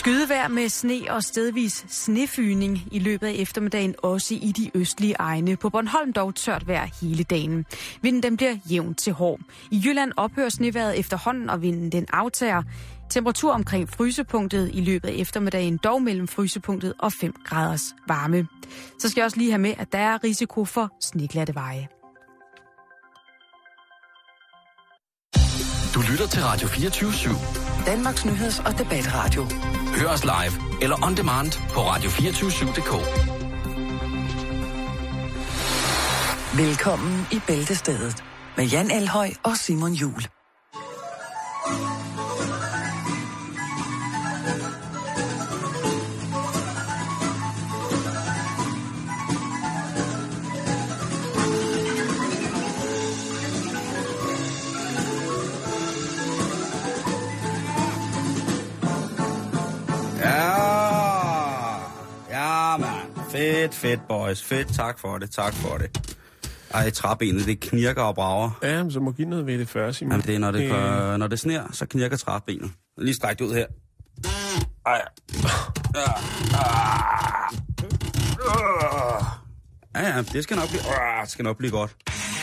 Skydevejr med sne og stedvis snefyning i løbet af eftermiddagen, også i de østlige egne. På Bornholm dog tørt vejr hele dagen. Vinden den bliver jævn til hård. I Jylland ophører snevejret efterhånden, og vinden den aftager. Temperatur omkring frysepunktet i løbet af eftermiddagen, dog mellem frysepunktet og 5 graders varme. Så skal jeg også lige have med, at der er risiko for sneglatte veje. Du lytter til Radio 24/7. Danmarks nyheds- og debatradio. Hør os live eller on demand på radio247.dk. Velkommen i Bæltestedet med Jan Elhøj og Simon Juhl. Fedt, boys. Fedt. Tak for det. Ej, træbenet, det knirker og brager. Ja, så må give noget ved det før, Simon. Jamen, det er, når det sner, så knirker træbenet. Lige stræk det ud her. Ej. Ja, det skal nok blive godt.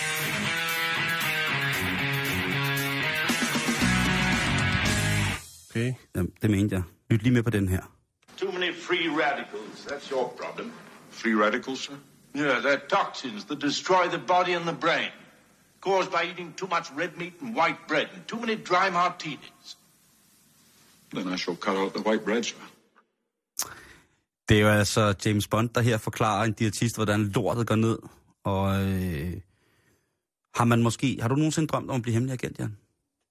Okay. Jamen, det mente jeg. Lyt lige med på den her. Too many free radicals. That's your problem. Free radicals, sir? Yeah, they're toxins that destroy the body and the brain. Caused by eating too much red meat and white bread and too many dry martinis. Then I shall cut out the white bread, sir. Det er jo altså James Bond, der her forklarer en diætist, hvordan lortet går ned. Og har du nogensinde drømt om at blive hemmelig agent, Jan?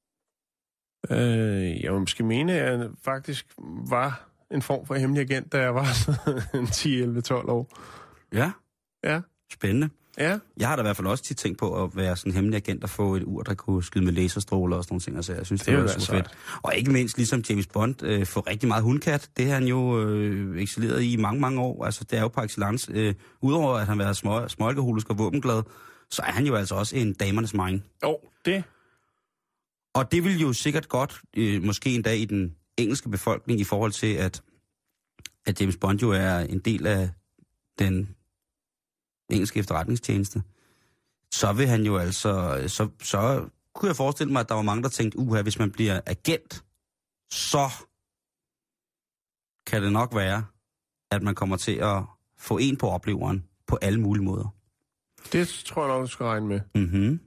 Jeg vil måske mene, at jeg faktisk var en form for hemmelig agent, da jeg var 10, 11, 12 år. Ja? Ja. Spændende. Ja. Jeg har da i hvert fald også tit tænkt på at være sådan en hemmelig agent og få et ur, der kunne skyde med laserstråler og sådan nogle ting. Altså, jeg synes, det var super fedt. Og ikke mindst ligesom James Bond får rigtig meget hundkat. Det har han jo excelleret i mange år. Altså, det er jo par excellence. Udover at han har været småalkoholisk og våbenglad, så er han jo altså også en damernes mind. Det. Og det vil jo sikkert godt, måske en dag i den engelske befolkning, i forhold til, at James Bond jo er en del af den engelske efterretningstjeneste, så vil han jo altså, så kunne jeg forestille mig, at der var mange, der tænkte, hvis man bliver agent, så kan det nok være, at man kommer til at få en på opleveren på alle mulige måder. Det tror jeg nok, du skal regne med. Mhm.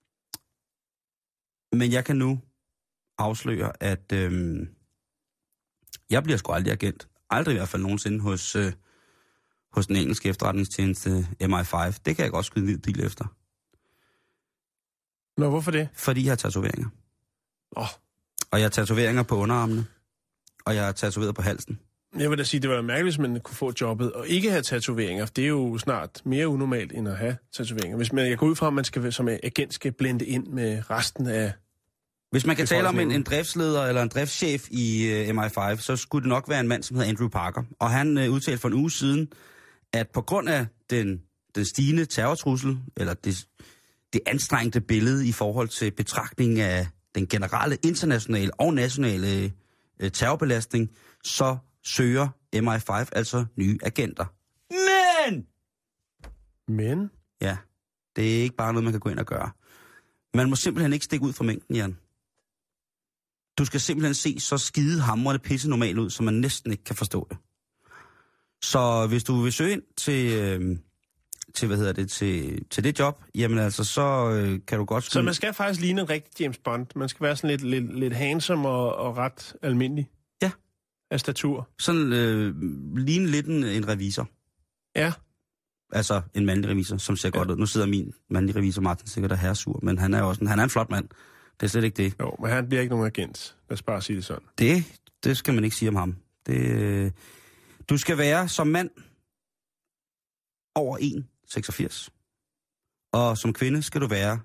Men jeg kan nu afsløre, at jeg bliver sgu aldrig agent. Aldrig i hvert fald nogensinde hos den engelske efterretningstjeneste MI5. Det kan jeg godt skyde en hvid pil efter. Nå, hvorfor det? Fordi jeg har tatoveringer. Og jeg har tatoveringer på underarmene. Og jeg har tatoveret på halsen. Jeg vil da sige, det var mærkeligt, hvis man kunne få jobbet og ikke have tatoveringer. Det er jo snart mere unormalt, end at have tatoveringer. Hvis jeg går ud fra, at man skal, som agent skal blende ind med resten af... Hvis man kan tale om en driftsleder eller en driftschef i MI5, så skulle det nok være en mand, som hedder Andrew Parker. Og han udtalte for en uge siden, at på grund af den stigende terrortrussel, eller det anstrengte billede i forhold til betragtning af den generelle internationale og nationale terrorbelastning, så søger MI5 altså nye agenter. Men? Ja, det er ikke bare noget, man kan gå ind og gøre. Man må simpelthen ikke stikke ud fra mængden, Jan. Du skal simpelthen se så skide hamrende pisse normalt ud, så man næsten ikke kan forstå det. Så hvis du vil søge ind til det job, jamen altså, så kan du godt... Så man skal faktisk ligne en rigtig James Bond. Man skal være sådan lidt handsome og ret almindelig. Ja. Af statur. Sådan ligne lidt en revisor. Ja. Altså en mandlig revisor, som ser godt ud. Nu sidder min mandlige revisor Martin sikkert og herresur, men han er også han er en flot mand. Det er slet ikke det. Jo, men han bliver ikke nogen agent. Lad os bare sige det sådan. Det skal man ikke sige om ham. Du skal være som mand over 1,86. Og som kvinde skal du være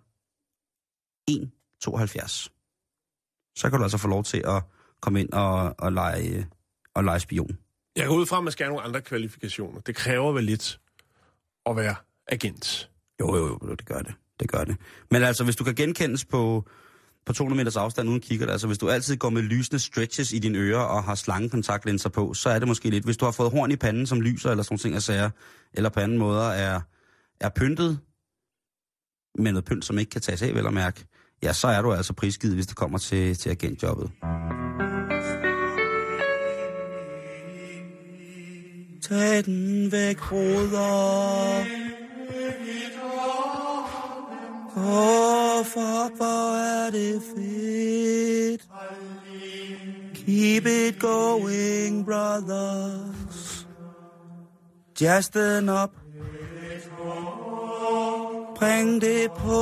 1,72. Så kan du altså få lov til at komme ind og lege spion. Jeg går ud fra, at man skal have nogle andre kvalifikationer. Det kræver vel lidt at være agent. Jo, det gør det. Men altså, hvis du kan genkendes på på 200 meters afstand uden kikkert. Altså hvis du altid går med lysende stretches i dine ører og har slangekontaktlinser på, så er det måske lidt. Hvis du har fået horn i panden, som lyser eller sådan ting af sager, eller på anden måder er pyntet med noget pynt, som ikke kan tages af, vel at mærke, ja, så er du altså prisgivet, hvis det kommer til agentjobbet. Tag den væk, broder. Hvor er det fedt. Keep it going, brothers. Just stand up. Bring det på.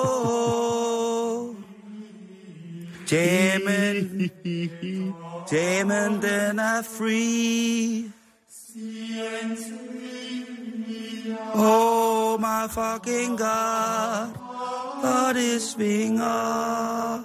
Jamen, den er free. Oh my fucking God, hvor det svinger.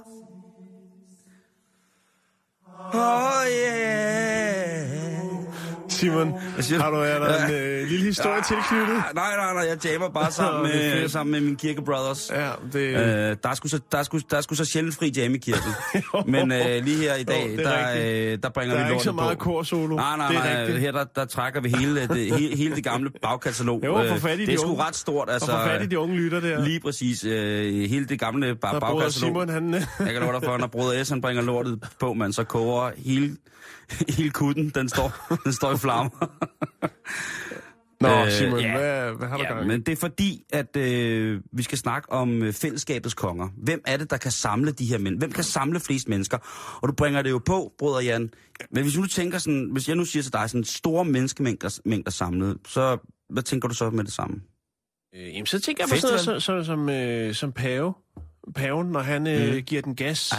Oh yeah. Simon, har du en lille historie tilknyttet? Nej, jeg jammer bare sammen med mine kirkebrothers. Ja, det... Der er sgu så sjældent fri jam i kirken. Men lige her i dag, der bringer vi lortet på. Der er ikke så meget korsolo. Nej, her der trækker vi hele det gamle bagkatalog. Jo, for fat i det er sgu ret stort. Altså, og for fat i de unge lytter der. Lige præcis. Hele det gamle bagkatalog. Simon, han... Jeg kan love dig for, når Broder S, han bringer lortet på, man så koger hele kutten, den står i flammer. Nå, Simon, hvad har du gang? Men det er fordi, at vi skal snakke om fællesskabets konger. Hvem er det, der kan samle de her mænd? Hvem kan samle flest mennesker? Og du bringer det jo på, Broder Jan. Men hvis du tænker sådan, hvis jeg nu siger til dig sådan store menneskemængder samlet, så hvad tænker du så med det samme? Jamen, så tænker jeg på sådan noget som paven, når han giver den gas.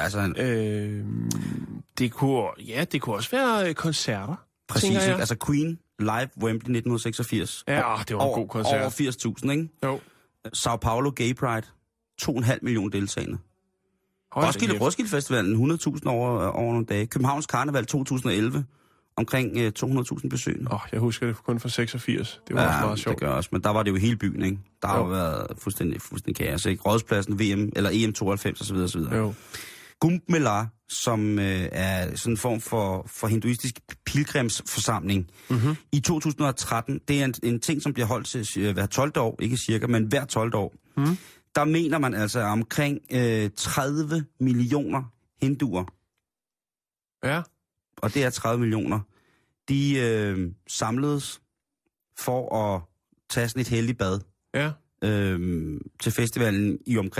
Det kunne også være koncerter. Præcis, altså Queen live Wembley 1986. Ja, det var en god koncert. Over 80.000, ikke? Jo. Sao Paulo Gay Pride, 2,5 millioner deltagende. Roskilde Festivalen, 100.000 over nogle dage. Københavns Karneval 2011, omkring 200.000 besøgende. Jeg husker det kun fra 86. Det var også meget sjovt. Det gør også, men der var det jo hele byen, ikke? Der har jo været fuldstændig kaos, ikke? Rådspladsen, VM, eller EM92 osv. osv. Jo. Kumbh Mela, som er sådan en form for hinduistisk pilgrimsforsamling. Mm-hmm. I 2013, det er en ting, som bliver holdt til hver 12. år, ikke cirka, men hver 12. år. Mm. Der mener man altså omkring 30 millioner hinduer. Ja. Og det er 30 millioner. De samledes for at tage sådan et heldigt bad. Ja. Til festivalen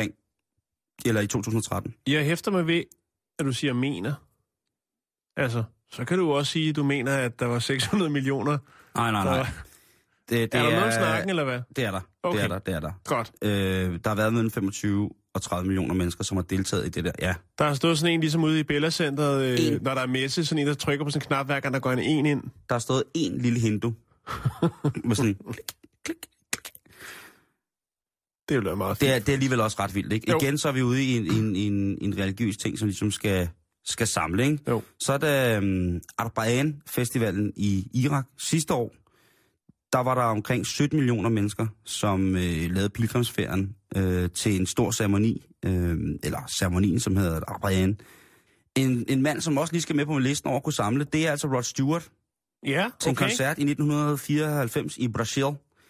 i 2013. Jeg hæfter mig ved, at du siger mener. Altså, så kan du også sige, at du mener, at der var 600 millioner. Nej. Det er der noget snakken, eller hvad? Det er der. Okay. Det er der. Godt. Der har været mellem 25 og 30 millioner mennesker, som har deltaget i det der, ja. Der har stået sådan en, ligesom ude i Bella-centret, når der er messe, sådan en, der trykker på sådan en knap, hver gang der går en ind. Der har stået en lille hindu. Med sådan klik. Det er jo meget fint. Det er alligevel også ret vildt, ikke? Jo. Igen så er vi ude i en religiøs ting, som ligesom skal samle, ikke? Jo. Så er der Arbaeen-festivalen i Irak sidste år. Der var der omkring 17 millioner mennesker, som lavede pilgrimsferien til en stor ceremoni, eller ceremonien, som hedder Arbaeen. En mand, som også lige skal med på listen over at kunne samle, det er altså Rod Stewart. Ja, okay. Til en koncert i 1994 i Brasil.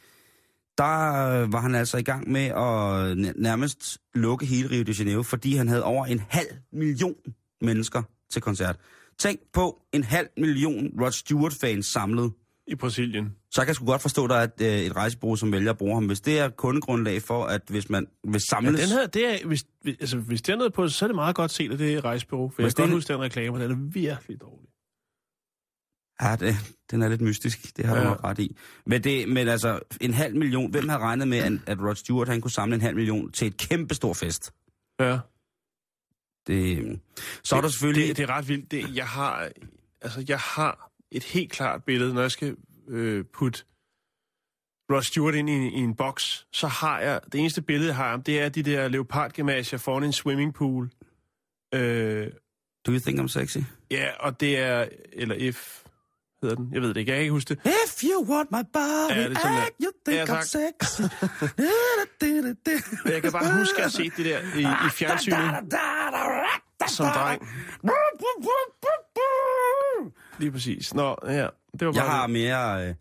Der var han altså i gang med at nærmest lukke hele Rio de Janeiro, fordi han havde over 500.000 mennesker til koncert. Tænk på 500.000 Rod Stewart-fans samlet. I Brasilien. Så jeg kan sgu godt forstå, at der er et rejsebureau, som vælger at bruge ham. Hvis det er kundegrundlag for, at hvis man vil samles... Ja, den her, det er, hvis det er noget på, så er det meget godt set, at det er et rejsebureau. For jeg kan godt huske den reklame, den er virkelig dårlig. Ja, den er lidt mystisk. Det har du nok ret i. Men altså, 500.000... Hvem har regnet med, at Rod Stewart han kunne samle 500.000 til et kæmpe stor fest? Ja. Så er der selvfølgelig... Det er ret vildt. Jeg har et helt klart billede, når jeg skal putte Rod Stewart ind i en boks, så har jeg... Det eneste billede, jeg har, det er de der leopardgymnasier foran en swimmingpool. Do you think I'm sexy? Ja, og det er... Eller hedder den. Jeg ved det ikke, jeg kan ikke huske det. If you want my body, Ja, det er sådan, you think ja, I'm tak. sexy. Jeg kan bare huske at have set det der i fjernsynet som dreng. Lige præcis. Nå, ja, det var bare Jeg har det. mere...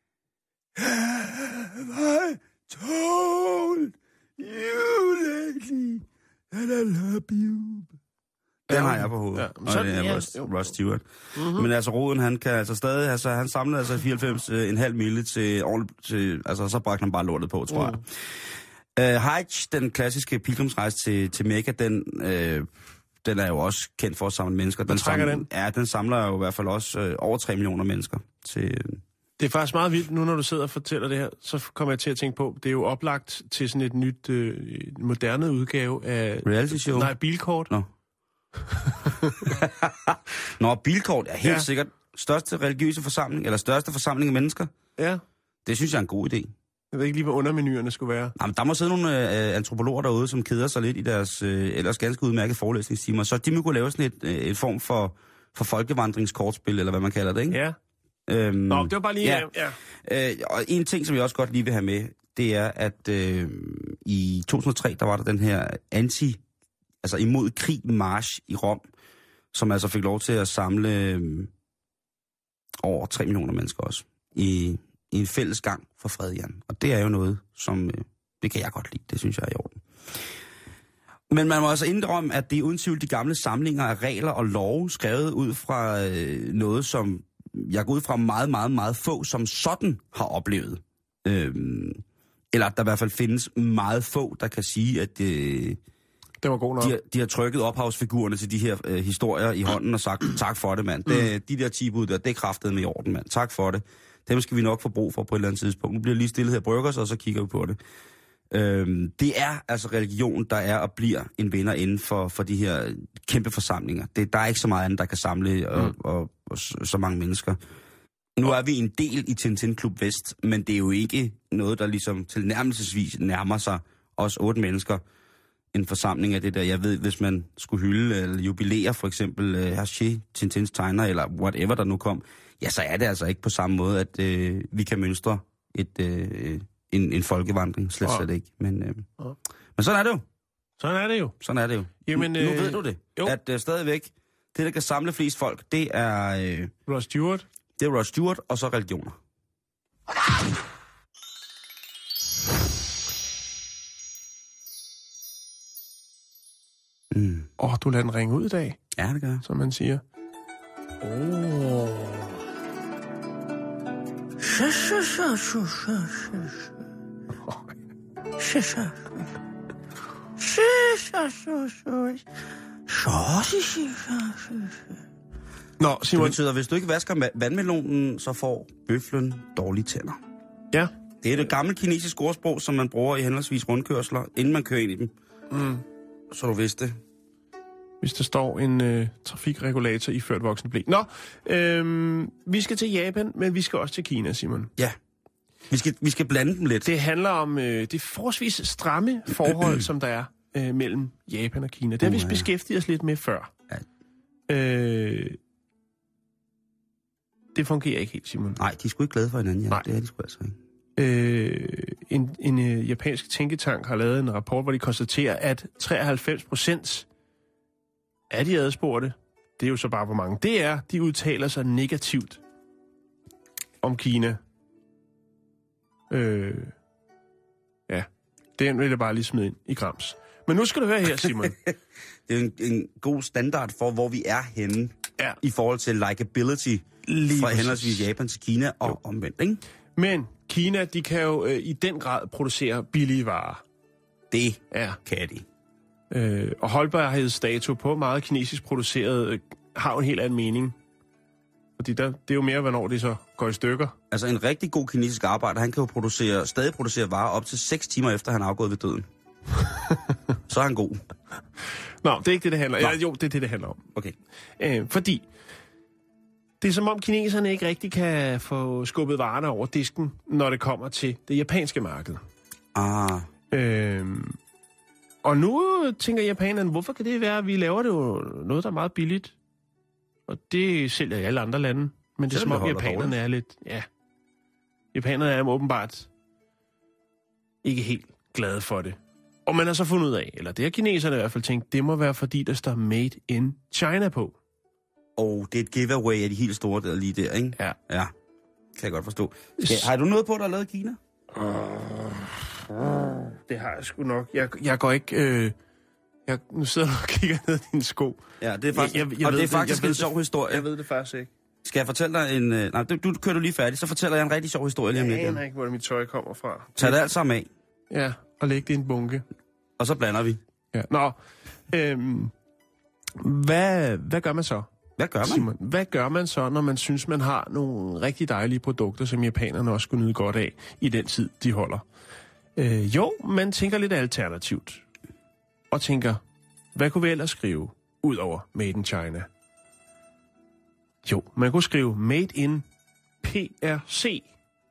Have I told you lately that I love you? Den har jeg på hovedet, Ja, og det er Ross Stewart. Men altså, Roden, han kan altså stadig... Altså, han samlede altså 94,5 mille til... Altså, så bragte han bare lortet på, tror jeg. Hajj, den klassiske pilgrimsrejse til Mekka, den er jo også kendt for at samle mennesker. Den? Ja, den samler jo i hvert fald også over 3 millioner mennesker til... Det er faktisk meget vildt, nu når du sidder og fortæller det her, så kommer jeg til at tænke på, det er jo oplagt til sådan et nyt, moderne udgave af... Reality show? Nej, bilkort. Nå. Nå, bilkort er helt sikkert største religiøse forsamling, eller største forsamling af mennesker. Ja. Det synes jeg er en god idé. Jeg ved ikke lige, hvad undermenuerne skulle være. Jamen, der må sidde nogle antropologer derude, som keder sig lidt i deres ellers ganske udmærkede forelæsningstimer, så de må kunne lave sådan et form for folkevandringskortspil, eller hvad man kalder det, ikke? Ja. Nå, det var bare lige... Ja. Og en ting, som jeg også godt lige vil have med, det er, at i 2003, der var der den her altså imod krig march i Rom, som altså fik lov til at samle over 3 millioner mennesker også, i en fælles gang for fred, Jan. Og det er jo noget, som det kan jeg godt lide, det synes jeg er i orden. Men man må altså indrømme, at det er uden tvivl de gamle samlinger af regler og love, skrevet ud fra noget, som jeg går ud fra meget, meget, meget få, som sådan har oplevet. Eller at der i hvert fald findes meget få, der kan sige, at det var god nok. De har trykket ophavsfigurerne til de her historier i hånden og sagt, tak for det, mand. De der 10 bud der, det er kraftedeme i orden, mand. Tak for det. Dem skal vi nok få brug for på et eller andet tidspunkt. Nu bliver lige stillet her bryggers, og så kigger vi på det. Det er altså religion, der er og bliver en vinder inden for de her kæmpe forsamlinger. Der er ikke så meget andet, der kan samle og så mange mennesker. Nu er vi en del i Tintin Klub Vest, men det er jo ikke noget, der ligesom tilnærmelsesvis nærmer sig os 8 mennesker. En forsamling af det der, jeg ved, hvis man skulle hylde eller jubilere for eksempel Hergé, Tintins tegner eller whatever der nu kom, ja, så er det altså ikke på samme måde, at vi kan mønstre en folkevandring, slet ikke. Men sådan er det jo. Sådan er det jo. Jamen, nu ved du det, jo. at stadigvæk, det der kan samle flest folk, det er... Ross Stewart. Det er Ross Stewart, og så religioner. Du lader den ringe ud i dag. Ja, det gør. Som man siger. Nå, Simon. Det betyder, hvis du ikke vasker vandmelonen, så får bøflen dårlige tænder. Ja. Det er det gamle kinesiske ordsprog, som man bruger i henholdsvis rundkørsler, inden man kører ind i dem. Så du vidste det. Hvis der står en trafikregulator i ført voksen blik. Nå, vi skal til Japan, men vi skal også til Kina, Simon. Ja, vi skal blande dem lidt. Det handler om det forholdsvis stramme forhold, som der er mellem Japan og Kina. Det har vi beskæftiget os lidt med før. Ja. Det fungerer ikke helt, Simon. Nej, de er sgu ikke glade for hinanden, ja. Nej. Det er de sgu altså ikke. En japansk tænketank har lavet en rapport, hvor de konstaterer, at 93% af de adspurgte, det er jo så bare hvor mange, det er, de udtaler sig negativt om Kina. Ja, den vil jeg bare lige smide ind i grams. Men nu skal du høre her, Simon. Det er en god standard for, hvor vi er henne i forhold til likability fra henholdsvis Japan til Kina og omvendt, ikke? Men Kina, de kan jo i den grad producere billige varer. Det kan de. Og holdbarhedsdato på meget kinesisk produceret har jo en helt anden mening. Fordi det er jo mere, hvornår det så går i stykker. Altså en rigtig god kinesisk arbejder, han kan jo stadig producere varer op til 6 timer efter, han er afgået ved døden. Så er han god. Nå, det er ikke det handler om. Ja, jo, det er det handler om. Okay. Fordi det er som om kineserne ikke rigtig kan få skubbet varerne over disken, når det kommer til det japanske marked. Og nu tænker japanerne, hvorfor kan det være, at vi laver det jo noget, der er meget billigt? Og det sælger i alle andre lande. Men det er som om japanerne er lidt... Ja. Japanerne er åbenbart ikke helt glade for det. Og man har så fundet ud af, eller det har kineserne i hvert fald tænkt, det må være fordi, der står Made in China på. Og det er et giveaway af de helt store der lige der, ikke? Ja. Ja, kan jeg godt forstå. Har du noget på, der er lavet i Kina? Det har jeg sgu nok. Jeg går ikke... nu sidder du og kigger ned i din sko. Ja, det er faktisk, det er faktisk en sjov historie. Jeg ved det faktisk ikke. Skal jeg fortælle dig en... Nej, du kører du lige færdig, så fortæller jeg en rigtig sjov historie lige om lidt. Jeg aner ikke, hvor mit tøj kommer fra. Tag det alt sammen af. Ja, og læg det i en bunke. Og så blander vi. Ja. Nå, hvad gør man så? Hvad gør man? Simon, hvad gør man så, når man synes, man har nogle rigtig dejlige produkter, som japanerne også skulle nyde godt af i den tid, de holder? Jo, man tænker lidt alternativt. Og tænker, hvad kunne vi ellers skrive, ud over Made in China? Jo, man kunne skrive Made in PRC.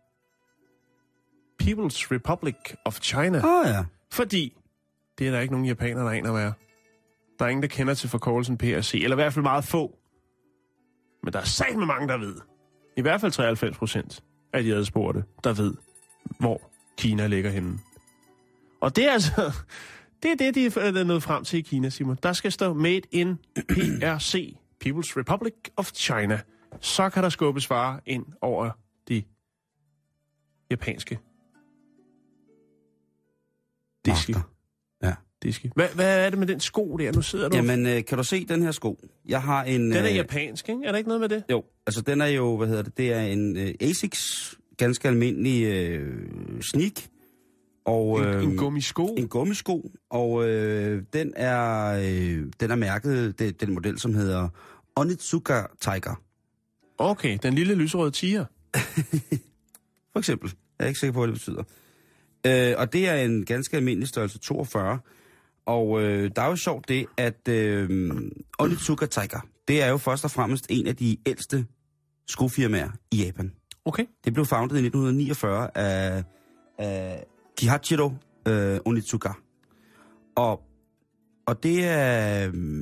People's Republic of China. Ja. Fordi det er der ikke nogen japanere, der aner hvad er. Der er ingen, der kender til forkortelsen PRC, eller i hvert fald meget få. Men der er satme mange, der ved. I hvert fald 93% af de adspurgte, der ved, hvor Kina ligger henne. Og det er altså... Det er det, de er nået frem til i Kina, Simon. Der skal stå Made in PRC, People's Republic of China. Så kan der skubbes varer ind over de japanske diske. Ja. Diske. Hvad er det med den sko der? Nu sidder du... Jamen, kan du se den her sko? Jeg har en... Den er japansk, ikke? Er der ikke noget med det? Jo, altså den er jo, det er en Asics, ganske almindelig sneak. Og, en gummisko? En gummisko, og den er mærket, den model, som hedder Onitsuka Tiger. Okay, den lille lyserøde tiger. For eksempel. Jeg er ikke sikker på, hvad det betyder. Og det er en ganske almindelig størrelse 42. Og der er jo sjovt det, at Onitsuka Tiger, det er jo først og fremmest en af de ældste skofirmaer i Japan. Okay. Det blev founded i 1949 af Kihachiro Onitsuka. Og det er...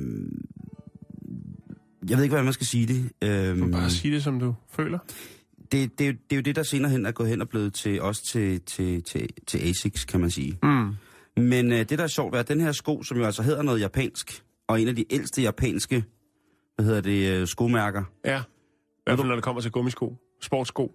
jeg ved ikke, hvad man skal sige det. Bare sige det, som du føler. Det er jo det, der senere hen er gået hen og blevet til også til Asics, kan man sige. Mm. Men det, der er sjovt, er, at den her sko, som jo altså hedder noget japansk, og en af de ældste japanske, skomærker. Ja, i hvert fald når det kommer til gummisko. Sportssko.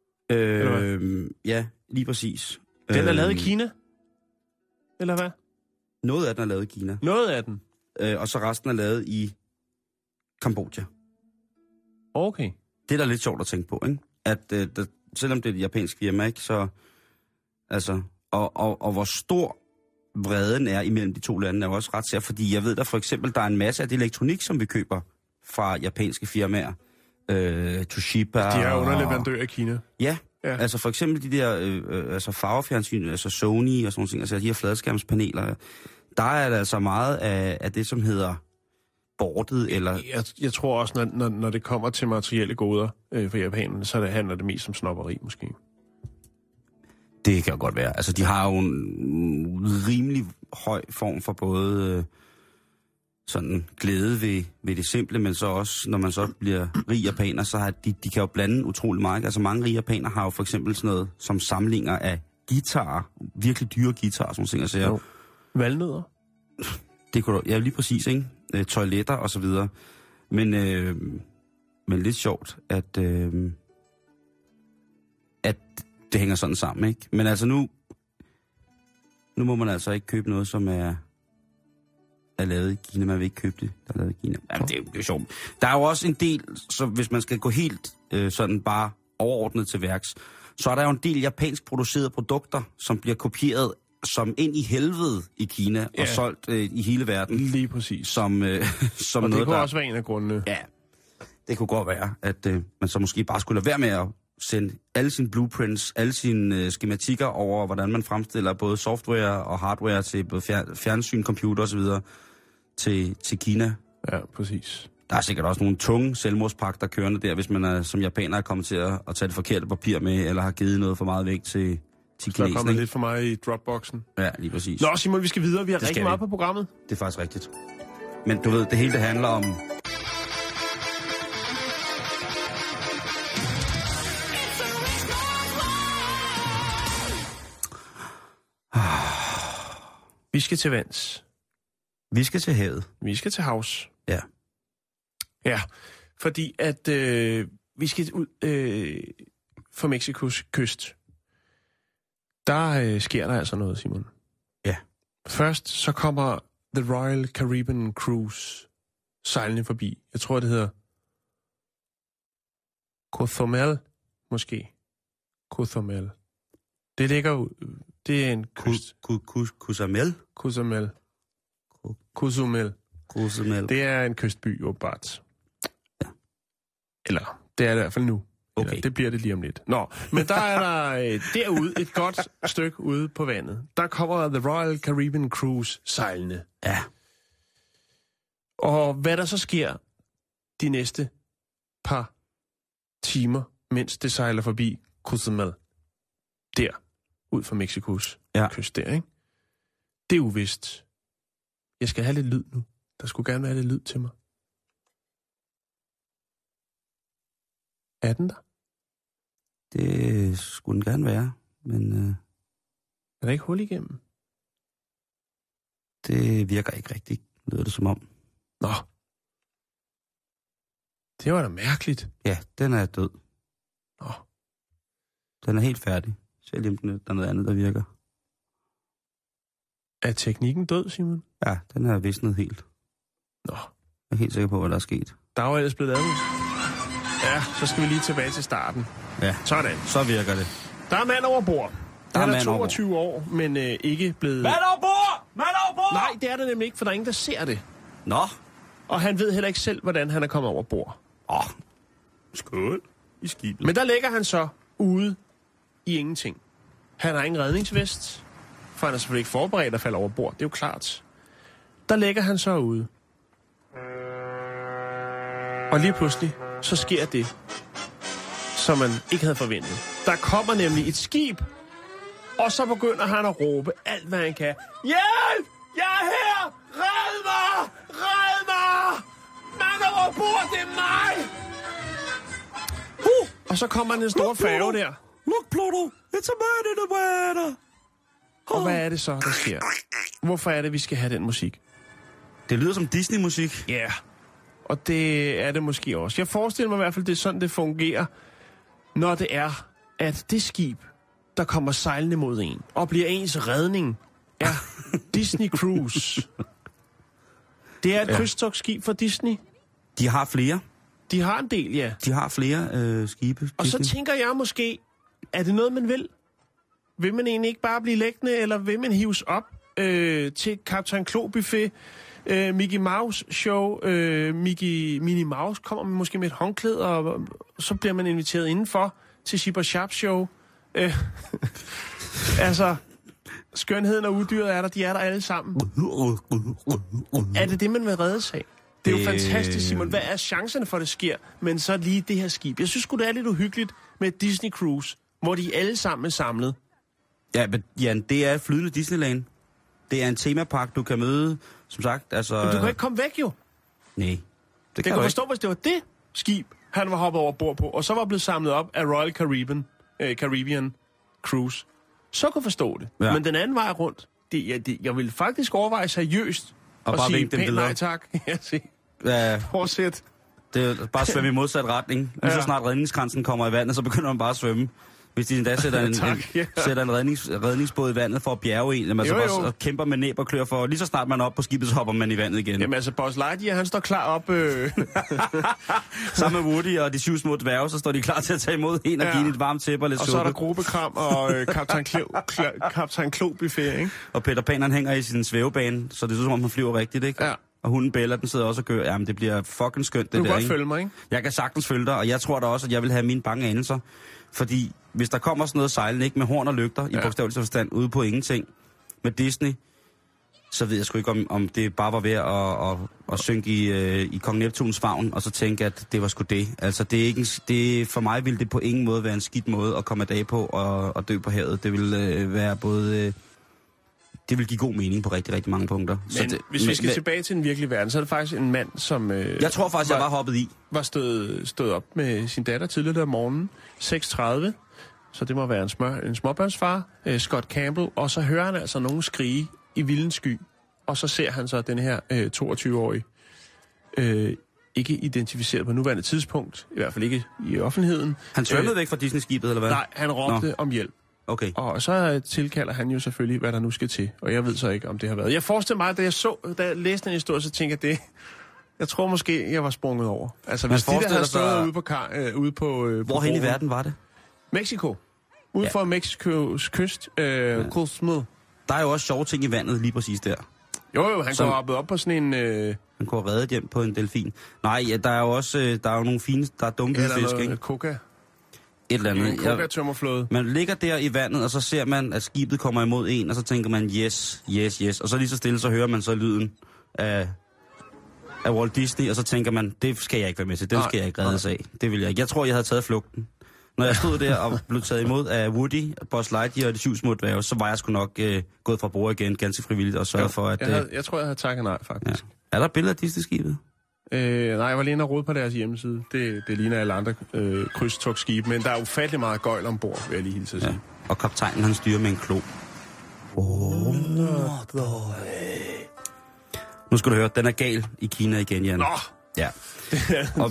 Ja, lige præcis. Den er lavet i Kina? Eller hvad? Noget af den er lavet i Kina. Noget af den? Og så resten er lavet i Kambodja. Okay. Det er da lidt sjovt at tænke på, ikke? At selvom det er et japansk firma, ikke? Så, altså, og hvor stor vreden er imellem de to lande, er jo også ret sær, fordi jeg ved der for eksempel, der er en masse af det elektronik, som vi køber fra japanske firmaer. Toshiba. De er underleverandører i Kina. Ja. Altså for eksempel de der farvefjernsyn, altså Sony og sådan noget, altså de her fladskærmspaneler, der er der altså meget af det, som hedder bordet, eller... Jeg tror også, når det kommer til materielle goder for japanerne, så handler det mest om snobberi, måske. Det kan jo godt være. Altså, de har jo en rimelig høj form for både sådan glæde ved det simple, men så også, når man så bliver rig japaner, så har de kan jo blande utrolig meget. Altså, mange rige japaner har jo for eksempel sådan noget som samlinger af guitarer, virkelig dyre guitarer, sådan noget. Altså, valnødder? Det kunne du, ja, lige præcis, ikke? Toiletter og så videre. Men lidt sjovt, at det hænger sådan sammen, ikke? Men altså nu må man altså ikke købe noget, som er lavet i Kina. Man vil ikke købe det, der er lavet i Kina. Jamen, det er jo sjovt. Der er jo også en del, så hvis man skal gå helt sådan bare overordnet til værks, så er der jo en del japansk producerede produkter, som bliver kopieret som ind i helvede i Kina og solgt i hele verden. Lige præcis. Som og noget, det kunne også være en af grundene. Ja, det kunne godt være, at man så måske bare skulle lade være med at sende alle sine blueprints, alle sine skematikker over, hvordan man fremstiller både software og hardware til både fjernsyn, computer osv. til Kina. Ja, præcis. Der er sikkert også nogle tunge selvmordspagter kørende der, hvis man som japaner er kommet til at tage det forkerte papir med, eller har givet noget for meget væk til kineserne. Der kommer lidt for meget i dropboxen. Ja, lige præcis. Nå, Simon, vi skal videre. Vi har rigtig meget på programmet. Det er faktisk rigtigt. Men du ved, det hele det handler om... Vi skal til vands. Vi skal til havet. Vi skal til havs. Ja. Ja, fordi at vi skal ud for Mexikos kyst. Der sker der altså noget, Simon. Ja. Først så kommer The Royal Caribbean Cruise sejlende forbi. Jeg tror, det hedder Cozumel, måske. Cozumel. Det ligger ud. Det er en kyst. Cozumel? Cozumel. Cozumel. Cozumel. Det er en kystby, åbenbart. Ja. Eller, det er det i hvert fald nu. Okay. Eller, det bliver det lige om lidt. Nå, men der er der derude et godt stykke ude på vandet. Der kommer The Royal Caribbean Cruise sejlende. Ja. Og hvad der så sker de næste par timer, mens det sejler forbi Cozumel, der, ud fra Mexikos kyst der, ikke? Det er uvist. Jeg skal have lidt lyd nu. Der skulle gerne være lidt lyd til mig. Er den der? Det skulle den gerne være, men... Er der ikke hul igennem? Det virker ikke rigtigt, lyder det som om. Nå. Det var da mærkeligt. Ja, den er død. Nå. Den er helt færdig. Selv om der er noget andet, der virker. Er teknikken død, Simon? Ja, den er visnet helt. Nå. Jeg er helt sikker på, hvad der er sket. Der var ellers blevet lavet. Ja, så skal vi lige tilbage til starten. Ja. Sådan. Så virker det. Der er mand over bord. Han er 22 over. år, men ikke blevet... Mand over bord! Mand over bord! Nej, det er det nemlig ikke, for der er ingen, der ser det. Nå. Og han ved heller ikke selv, hvordan han er kommet over bord. Skål i skibet. Men der ligger han så ude i ingenting. Han har ingen redningsvest, for han er selvfølgelig ikke forberedt at falde over bord. Det er jo klart. Der ligger han så ude. Og lige pludselig, så sker det, som man ikke havde forventet. Der kommer nemlig et skib, og så begynder han at råbe alt, hvad han kan. Hjælp! Jeg er her! Red mig! Red mig! Man er over bord, det er mig! Og så kommer den store færge der. Look, Pluto! It's a man in the water! Og hvad er det så, der sker? Hvorfor er det, vi skal have den musik? Det lyder som Disney-musik. Ja, yeah. Og det er det måske også. Jeg forestiller mig i hvert fald, det er sådan, det fungerer, når det er, at det skib, der kommer sejlende mod en, og bliver ens redning, er Disney Cruise. Det er et krydstogtskib for Disney. De har flere. De har en del, ja. De har flere skibe. Og så tænker jeg måske, er det noget, man vil? Vil man egentlig ikke bare blive liggende, eller vil man hives op til Kaptajn Klo-buffet, Mickey Mouse show, Minnie Mouse kommer måske med et håndklæde, og så bliver man inviteret indenfor til Ship og Sharp show. Altså, skønheden og uddyret er der, de er der alle sammen. Er det det, man vil redde sig? Det er jo fantastisk, Simon. Hvad er chancerne for, at det sker? Men så lige det her skib. Jeg synes sgu, det er lidt uhyggeligt med Disney Cruise, hvor de alle sammen er samlet. Ja, men Jan, det er flydende Disneyland. Det er en temapark, du kan møde, som sagt. Altså, men du kan ikke komme væk, jo. Nej. Det kan du forstå, hvis det var det skib, han var hoppet over bord på, og så var blevet samlet op af Royal Caribbean Cruise. Så kunne forstå det. Ja. Men den anden vej rundt, jeg vil faktisk overveje seriøst og bare sige pænt nej tak. Fortsæt. Det er bare svømme i modsat retning. Lige så snart redningskransen kommer i vandet, så begynder man bare at svømme. Hvis de endda sætter en redningsbåd i vandet for at bjerge en, man så bare kæmper med næb og klør for, lige så snart man er oppe på skibet, så hopper man i vandet igen. Jamen altså, Buzz Lightyear, han står klar op. Sammen med Woody og de 7 små dværge, så står de klar til at tage imod en og give et varmt tæppe og lidt suppe. Og så er der gruppekram og Kaptajn Klo-buffet, ikke? Og Peter Pan, han hænger i sin svævebane, så det er som om, han flyver rigtigt, ikke? Ja. Og hunden Bella, den sidder også og gør. Jamen, det bliver fucking skønt, det der, ikke? Du kan godt følge mig, ikke? Jeg kan sagtens følge dig, og jeg tror da også, at jeg vil have mine bange anelser. Fordi hvis der kommer sådan noget sejlende, ikke med horn og lygter, i bogstavelig forstand, ude på ingenting, med Disney, så ved jeg sgu ikke, om det bare var ved at synke i Kong Neptuns favn, og så tænke, at det var sgu det. Altså, for mig ville det på ingen måde være en skidt måde at komme af dag på og dø på havet. Det ville være både... Det vil give god mening på rigtig, rigtig mange punkter. Men hvis vi skal tilbage til den virkelige verden, så er det faktisk en mand, som... jeg tror faktisk, jeg var hoppet i. Var stået op med sin datter tidligere om morgenen, 6:30. Så det må være en småbørnsfar, Scott Campbell. Og så hører han altså nogen skrige i vildens sky, og så ser han så den her 22-årige, ikke identificeret på nuværende tidspunkt, i hvert fald ikke i offentligheden. Han svømmede væk fra Disney-skibet, eller hvad? Nej, han råbte om hjælp. Okay. Og så tilkalder han jo selvfølgelig, hvad der nu skal til. Og jeg ved så ikke, om det har været. Jeg forestiller mig, da jeg læste den historie, så tænker jeg, jeg tror måske, jeg var sprunget over. Altså, hvis de der havde stået ude på hvorhen i verden var det? Mexico. Ude for Mexikos kyst. Der er jo også sjove ting i vandet lige præcis der. Jo, han går op på sådan en... Han går reddet hjem på en delfin. Nej, ja, der er jo også der er jo nogle fine, der er dumme fisk, ikke? Coca. Et eller andet. En coca-tømmerflåde. Man ligger der i vandet, og så ser man, at skibet kommer imod en, og så tænker man, yes. Og så lige så stille, så hører man så lyden af Walt Disney, og så tænker man, det skal jeg ikke være med til, den skal jeg ikke reddes af. Det vil jeg ikke. Jeg tror, jeg havde taget flugten. Når jeg stod der og blev taget imod af Woody, Buzz Lightyear og de 7 små dværge, så var jeg sgu nok gået fra bord igen, ganske frivilligt, og sørget for, at... Jeg tror, jeg havde takket nej, faktisk. Ja. Er der billeder af Disney-skibet? Nej, jeg var lige inde og rode på deres hjemmeside. Det ligner alle andre krydstogtskibe, men der er ufattelig meget gøjl ombord, vil jeg lige hilse at sige. Og kaptajnen, han styrer med en klo. Nu skal du høre, den er gal i Kina igen, Jan. Nå! Ja. Og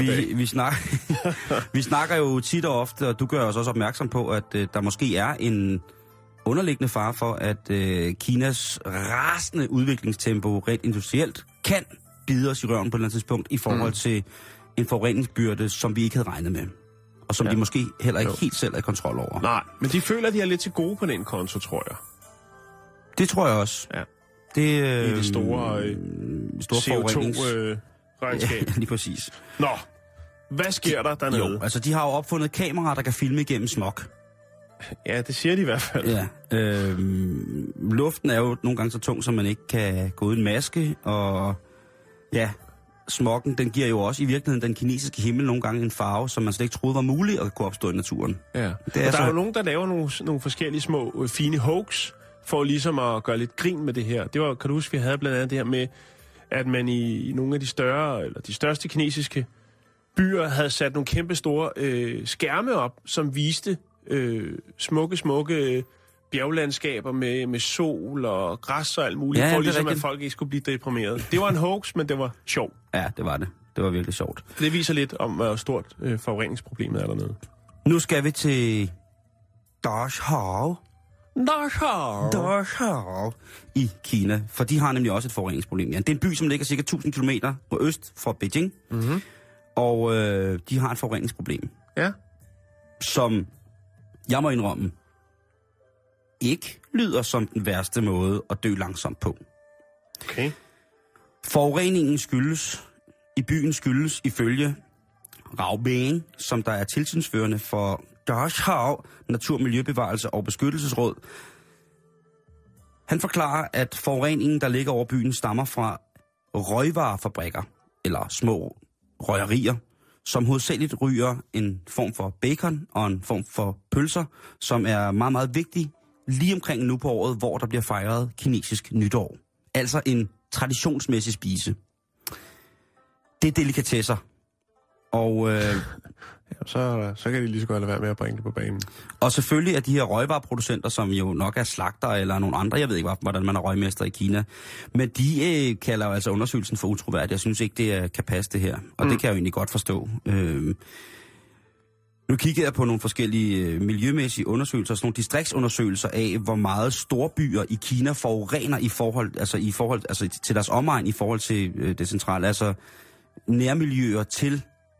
vi snakker jo tit og ofte, og du gør os også opmærksom på, at der måske er en underliggende fare for, at Kinas rasende udviklingstempo rent industrielt kan bide os i røven på et eller andet tidspunkt i forhold til en forureningsbyrde, som vi ikke havde regnet med. Og som de måske heller ikke helt selv er i kontrol over. Nej, men de føler, at de er lidt til gode på den konto, tror jeg. Det tror jeg også. Ja. Det i det store CO2-regnskab. Ja, lige præcis. Nå, hvad sker der dernede? Jo, altså de har jo opfundet kameraer, der kan filme igennem smog. Ja, det siger de i hvert fald. Ja. Luften er jo nogle gange så tung, så man ikke kan gå uden maske, og ja, smoggen, den giver jo også i virkeligheden den kinesiske himmel nogle gange en farve, som man slet ikke troede var muligt at kunne opstå i naturen. Ja, og der er jo nogen, der laver nogle forskellige små fine hoax, for ligesom at gøre lidt grin med det her. Det var, kan du huske, vi havde blandt andet det her med, at man i nogle af de største kinesiske byer havde sat nogle kæmpe store skærme op, som viste smukke bjerglandskaber med sol og græs og alt muligt, for ligesom at folk ikke skulle blive deprimeret. Det var en hoax, men det var sjovt. Ja, det var det. Det var virkelig sjovt. Det viser lidt om, hvor stort forureningsproblemet er dernede. Nu skal vi til Dashao i Kina, for de har nemlig også et forureningsproblem. Ja, det er en by, som ligger cirka 1000 km øst fra Beijing, og de har et forureningsproblem. Ja. Som, jeg må indrømme, ikke lyder som den værste måde at dø langsomt på. Okay. Forureningen i byen skyldes ifølge Rao Beng, som der er tilsynsførende for Dashao Natur, Miljøbevarelse og Beskyttelsesråd. Han forklarer, at forureningen, der ligger over byen, stammer fra røgvarefabrikker, eller små røgerier, som hovedsageligt ryger en form for bacon og en form for pølser, som er meget, meget vigtig lige omkring nu på året, hvor der bliver fejret kinesisk nytår. Altså en traditionsmæssig spise. Det er delikatesser. Og så kan de lige så godt lade være med at bringe det på banen. Og selvfølgelig er de her røgvareproducenter, som jo nok er slagter eller nogle andre, jeg ved ikke, hvordan man er røgmester i Kina, men de kalder jo altså undersøgelsen for utroværdig. Jeg synes ikke, det kan passe det her, og det kan jeg jo egentlig godt forstå. Nu kigger jeg på nogle forskellige miljømæssige undersøgelser, sådan nogle distriktsundersøgelser af, hvor meget storbyer i Kina forurener i forhold til deres omegn, i forhold til det centrale, altså nærmiljøer til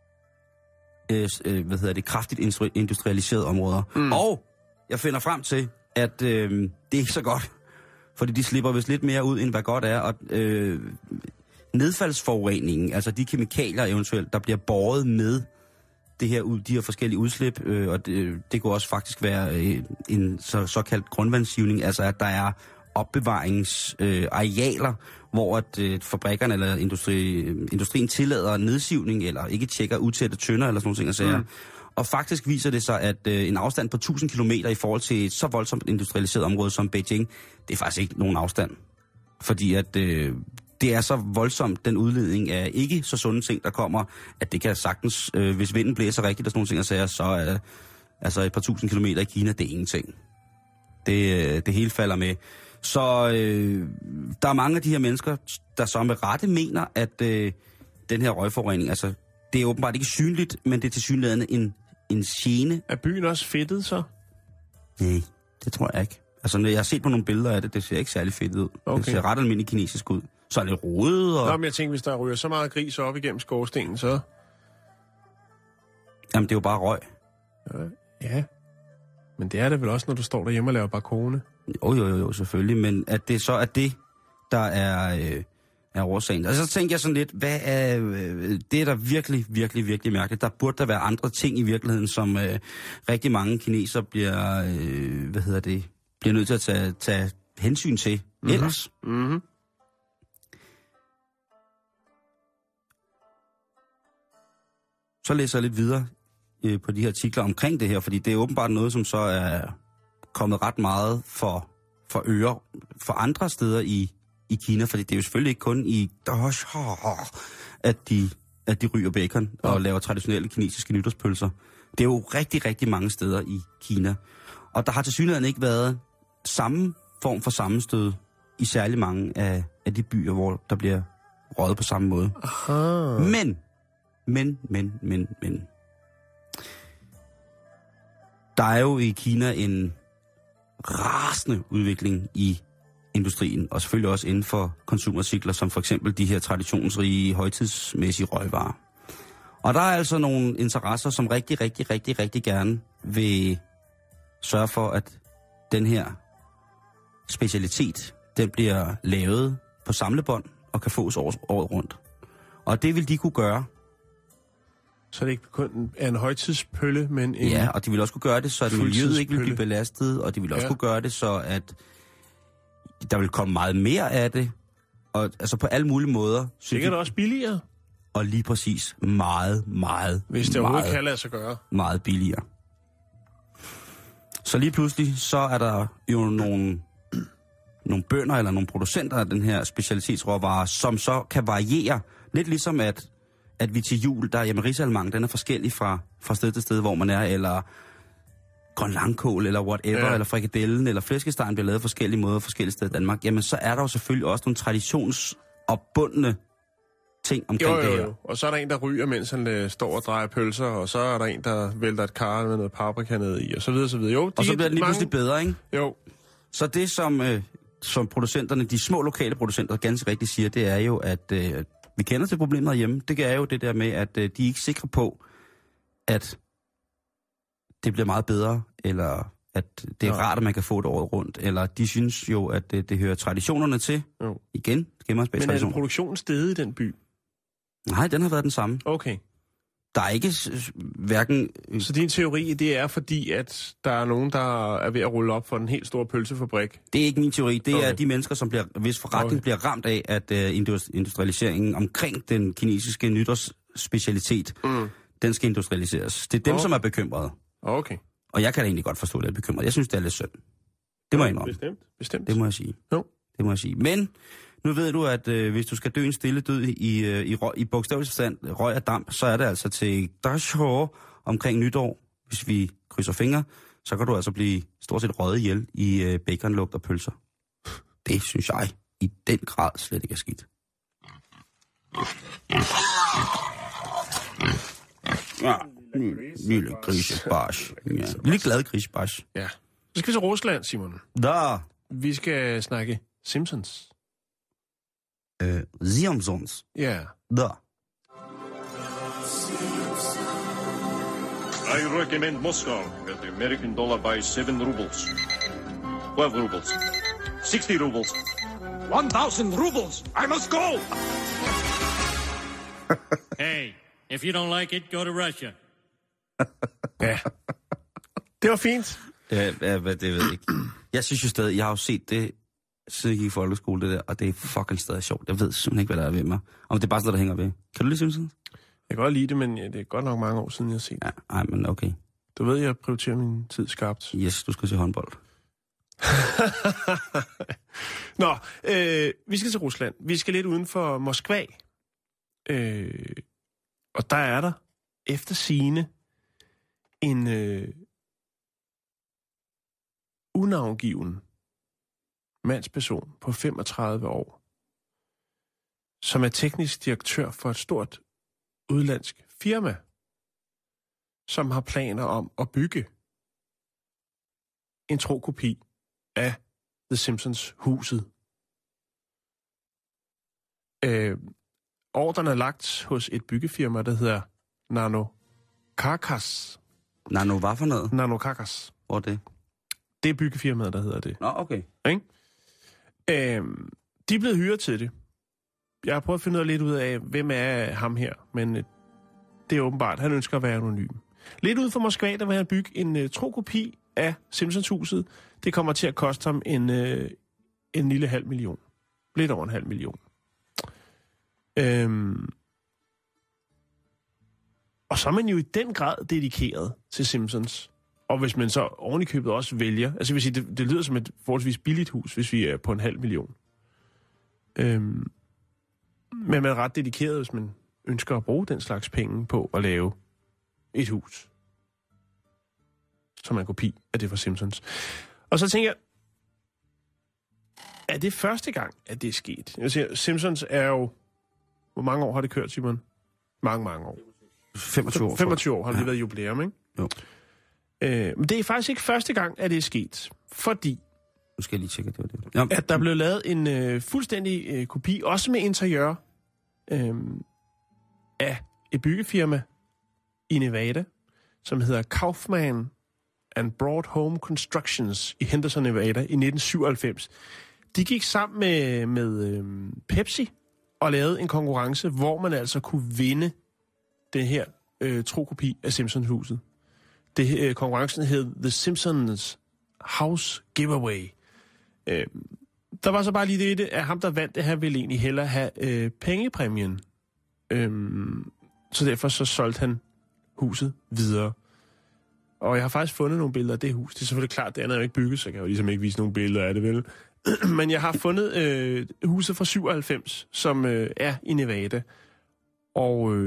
kraftigt industrialiserede områder. Og jeg finder frem til, at det er ikke så godt, fordi de slipper vist lidt mere ud, end hvad godt er, og nedfaldsforureningen, altså de kemikalier eventuelt, der bliver båret med de her forskellige udslip, og det kunne også faktisk være en såkaldt grundvandssivning, altså at der er opbevaringsarealer, hvor at fabrikkerne eller industrien tillader nedsivning, eller ikke tjekker utætte tønder, eller sådan nogle ting. Og faktisk viser det sig, at en afstand på 1000 kilometer i forhold til et så voldsomt industrialiseret område som Beijing, det er faktisk ikke nogen afstand. Fordi at det er så voldsomt, den udledning af ikke så sunde ting, der kommer, at det kan sagtens, hvis vinden blæser rigtigt og sådan nogle ting, så er altså et par tusind kilometer i Kina, det er ingenting. Det hele falder med. Så der er mange af de her mennesker, der så med rette mener, at den her røgforurening, altså det er åbenbart ikke synligt, men det er tilsyneladende en gene. Er byen også fedtet så? Nej, det tror jeg ikke. Altså når jeg har set på nogle billeder af det, det ser ikke særlig fedt ud. Okay. Det ser ret almindeligt kinesisk ud. Så er det rodet og... Nå, men jeg tænker, hvis der ryger så meget gris op igennem skorstenen, så... Jamen, det er jo bare røg. Ja, men det er det vel også, når du står derhjemme og laver barkone? Jo, selvfølgelig. Men at det så er det, der er årsagen. Og så tænker jeg sådan lidt, hvad er... det er da virkelig, virkelig, virkelig mærkeligt. Der burde der være andre ting i virkeligheden, som rigtig mange kinesere bliver... bliver nødt til at tage hensyn til ellers. Mm-hmm. Så læser jeg lidt videre på de her artikler omkring det her, fordi det er åbenbart noget, som så er kommet ret meget for øre for andre steder i Kina, fordi det er jo selvfølgelig ikke kun i at de ryger bacon og laver traditionelle kinesiske nytårspølser. Det er jo rigtig, rigtig mange steder i Kina. Og der har tilsyneladende ikke været samme form for sammenstød i særlig mange af de byer, hvor der bliver røget på samme måde. Aha. Men. Der er jo i Kina en rasende udvikling i industrien, og selvfølgelig også inden for konsumartikler, som for eksempel de her traditionsrige, højtidsmæssige røgvarer. Og der er altså nogle interesser, som rigtig, rigtig, rigtig, rigtig gerne vil sørge for, at den her specialitet, den bliver lavet på samlebånd og kan fås året rundt. Og det vil de kunne gøre. Så det ikke kun er en højtidspølle, men en... Ja, og de vil også kunne gøre det, så at miljøet ikke vil blive belastet, og de vil også kunne gøre det, så at der vil komme meget mere af det, og altså på alle mulige måder. Sikkert også billigere. Og lige præcis meget, hvis det overhovedet kan lade sig gøre. Meget billigere. Så lige pludselig, så er der jo nogle bønder eller nogle producenter af den her specialitetsråvare, som så kan variere. Lidt ligesom at vi til jul, der jamen risalemang, den er forskellig fra sted til sted, hvor man er, eller grøn langkål, eller whatever, eller frikadellen, eller flæskestegen bliver lavet forskellige måder forskellige steder i Danmark. Jamen, så er der jo selvfølgelig også nogle traditionsopbundne ting omkring det her. Og så er der en, der ryger, mens han står og drejer pølser, og så er der en, der vælter et kar med noget paprika ned i, og så videre, så videre. Jo, og så bliver det lige pludselig bedre, ikke? Jo. Så det, som producenterne, de små lokale producenter, ganske rigtigt siger, det er jo, at vi kender til problemet herhjemme. Det er jo det der med, at de er ikke sikre på, at det bliver meget bedre, eller at det er rart, at man kan få det året rundt. Eller de synes jo, at det hører traditionerne til. Jo. Igen, men er det produktionen steget i den by? Nej, den har været den samme. Okay. Der er ikke hverken... Så din teori, det er fordi, at der er nogen, der er ved at rulle op for den helt store pølsefabrik? Det er ikke min teori. Det er de mennesker, som hvis forretning bliver ramt af, at industrialiseringen omkring den kinesiske nytårsspecialitet, den skal industrialiseres. Det er dem, som er bekymrede. Okay. Og jeg kan da egentlig godt forstå, at jeg er bekymret. Jeg synes, det er lidt synd. Det må jeg indrømme. Bestemt. Det må jeg sige. Jo. Det må jeg sige. Men nu ved du, at hvis du skal dø en stille død i bogstavelig forstand, røg og damp, så er det altså til Dashore omkring nytår. Hvis vi krydser fingre, så kan du altså blive stort set røget ihjel i baconlugt og pølser. Det synes jeg i den grad slet ikke er skidt. Ja, lille grisebash. Ja. Lille glad grisebash. Ja. Så skal vi til Rusland, Simon. Da. Vi skal snakke Simpsons. Simpsons? Ja. Da. I recommend Moscow, where the American dollar buys 7 rubles. 12 rubles. 60 rubles. 1,000 rubles! I must go! Hey, if you don't like it, go to Russia. Ja. Det var fint. Ja, det ved jeg ikke. Jeg synes jo stadig, jeg har jo set det, siden jeg gik i folkeskole, det der, og det er fucking stadig sjovt. Jeg ved simpelthen ikke, hvad der er ved mig. Om det er bare sådan, der hænger ved. Kan du lide Simpsons? Jeg kan godt lide det, men det er godt nok mange år siden, jeg har set det. Ja, ej, men okay. Du ved, jeg prioriterer min tid skarpt. Yes, du skal se håndbold. Nå, vi skal til Rusland. Vi skal lidt uden for Moskva. Og der er der, efter sigende, en unavngiven mandsperson på 35 år, som er teknisk direktør for et stort udlandsk firma, som har planer om at bygge en tro kopi af The Simpsons-huset. Ordren er lagt hos et byggefirma, der hedder Nano Carcass. Nano hvad for noget? Nano Carcass. Hvor er det? Det er byggefirmaet, der hedder det. Nå, okay. De er blevet hyret til det. Jeg har prøvet at finde lidt ud af, hvem er ham her, men det er åbenbart, han ønsker at være anonym. Lidt ud for Moskva, der vil han bygge en tro kopi af Simpsons-huset. Det kommer til at koste ham en lille 500.000. Lidt over 500.000. Og så er man jo i den grad dedikeret til Simpsons. Og hvis man så oven i købet også vælger... Altså vil sige, det lyder som et forholdsvis billigt hus, hvis vi er på 500.000. Men man er ret dedikeret, hvis man ønsker at bruge den slags penge på at lave et hus, som er en kopi af det fra Simpsons. Og så tænker jeg, er det første gang, at det er sket? Jeg siger, Simpsons er jo... Hvor mange år har det kørt, Simon? Mange år. 25 år. 25 år har det været jubilæum, ikke? Jo. Men det er faktisk ikke første gang, at det er sket, fordi... Nu skal jeg lige tjekke, det var det. Ja. At der blev lavet en fuldstændig kopi, også med interiør, af et byggefirma i Nevada, som hedder Kaufman and Broad Home Constructions i Henderson, Nevada i 1997. De gik sammen med Pepsi og lavede en konkurrence, hvor man altså kunne vinde den her trokopi af Simpsons-huset. Konkurrencen hed The Simpsons House Giveaway. Der var så bare lige det, at ham, der vandt det her, ville egentlig hellere have pengepræmien. Så derfor så solgte han huset videre. Og jeg har faktisk fundet nogle billeder af det hus. Det er selvfølgelig klart, det andet er jo ikke bygget, så jeg kan jo ligesom ikke vise nogle billeder af det, vel? Men jeg har fundet huset fra 97, som er i Nevada. Og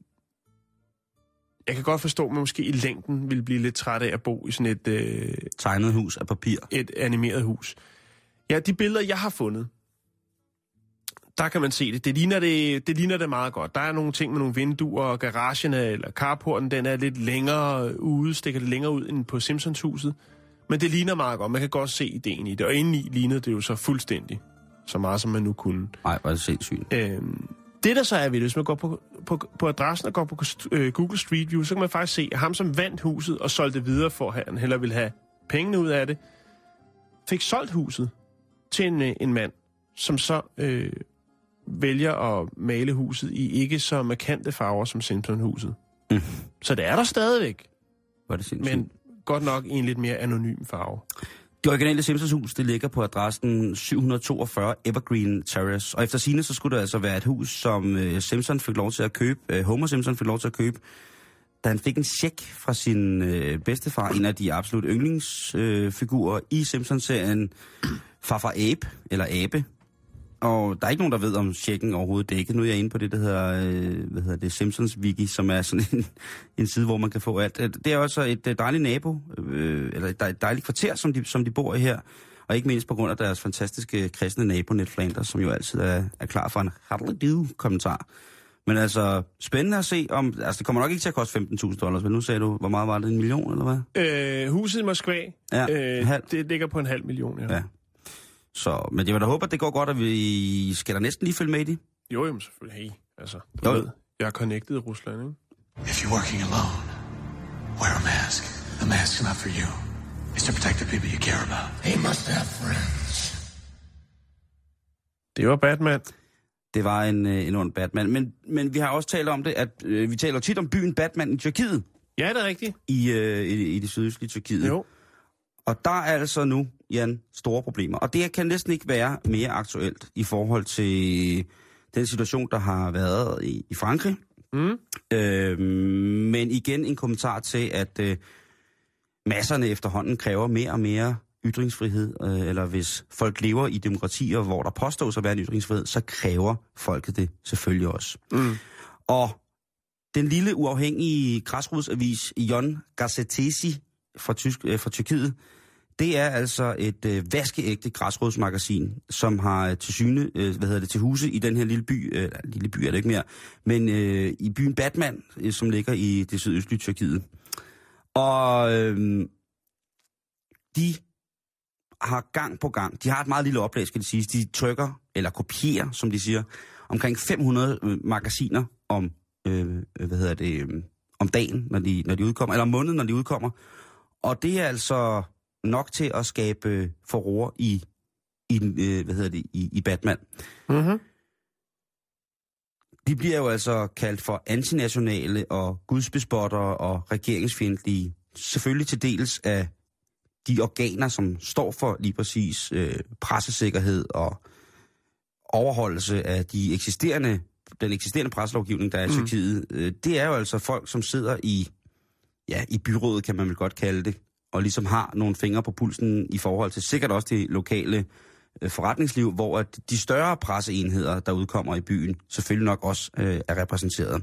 jeg kan godt forstå, at man måske i længden vil blive lidt træt af at bo i sådan et... tegnet hus af papir. Et animeret hus. Ja, de billeder, jeg har fundet, der kan man se det. Det ligner det meget godt. Der er nogle ting med nogle vinduer, og garagen eller carporten, den er lidt længere ude, stikker lidt længere ud end på Simpsons-huset. Men det ligner meget godt. Man kan godt se ideen i det. Og indeni lignede det jo så fuldstændig. Så meget, som man nu kunne. Nej, hvor er det sindssygt. Det, der så er ved det, hvis man går på adressen og går på Google Street View, så kan man faktisk se, at ham, som vandt huset og solgte det videre for, at han hellere ville have pengene ud af det, fik solgt huset til en mand, som så vælger at male huset i ikke så markante farver som Simpson-huset. Mm. Så det er der stadigvæk. Hvor er det sindssygt. Men godt nok i en lidt mere anonym farve. Det originale Simpsons-hus, det ligger på adressen 742 Evergreen Terrace. Og efter sigende, så skulle det altså være et hus, som Simpson fik lov til at købe, Homer Simpson fik lov til at købe, da han fik en check fra sin bedstefar, en af de absolut yndlingsfigurer i Simpsons-serien, Farfar Abe, eller Abe. Og der er ikke nogen, der ved, om checken overhovedet dækket. Nu er jeg inde på det, der hedder Simpsons Wiki, som er sådan en side, hvor man kan få alt. Det er også et dejligt nabo, eller et dejligt kvarter, som de bor i her. Og ikke mindst på grund af deres fantastiske kristne nabo, Ned Flanders, som jo altid er klar for en kommentar. Men altså, spændende at se om... Altså, det kommer nok ikke til at koste $15,000, men nu sagde du, hvor meget var det? 1 million, eller hvad? Huset i Moskva, det ligger på 500.000, ja. Så, men jeg vil da håbe, at det går godt, at vi skal da næsten lige følge med i det. Jo, selvfølgelig. Hey, altså, du ved, jeg er connected i Rusland, ikke? If you're working alone, wear a mask. The mask's not for you. It's to protect the people you care about. He must have friends. Det var Batman. Det var en ond Batman. Men vi har også talt om det, at vi taler tit om byen Batman i Tyrkiet. Ja, det er rigtigt. I det sydøstlige Tyrkiet. Jo. Og der er altså nu, Jan, store problemer. Og det kan næsten ikke være mere aktuelt i forhold til den situation, der har været i Frankrig. Men igen en kommentar til, at masserne efterhånden kræver mere og mere ytringsfrihed. Eller hvis folk lever i demokratier, hvor der påstås at være en ytringsfrihed, så kræver folket det selvfølgelig også. Og den lille uafhængige græsrodsavis Yon Gazetesi fra Tyrkiet, Det er altså et vaskeægte græsrodsmagasin, som har til huse i den her lille by, lille by er det ikke mere, men i byen Batman, som ligger i det sydøstlige Tyrkiet. Og de har gang på gang, de har et meget lille oplag, skal det siges, de trykker, eller kopierer, som de siger, omkring 500 magasiner om, om dagen, når de udkommer, eller om måneden, når de udkommer. Og det er altså nok til at skabe furore i Batman. Mm-hmm. De bliver jo altså kaldt for antinationale og gudsbespottere og regeringsfjendtlige. Selvfølgelig til dels af de organer, som står for lige præcis pressesikkerhed og overholdelse af den eksisterende presselovgivning, der er i Tyrkiet. Det er jo altså folk, som sidder i byrådet, kan man vel godt kalde det, og ligesom har nogle fingre på pulsen i forhold til sikkert også det lokale forretningsliv, hvor at de større presseenheder, der udkommer i byen, selvfølgelig nok også er repræsenteret.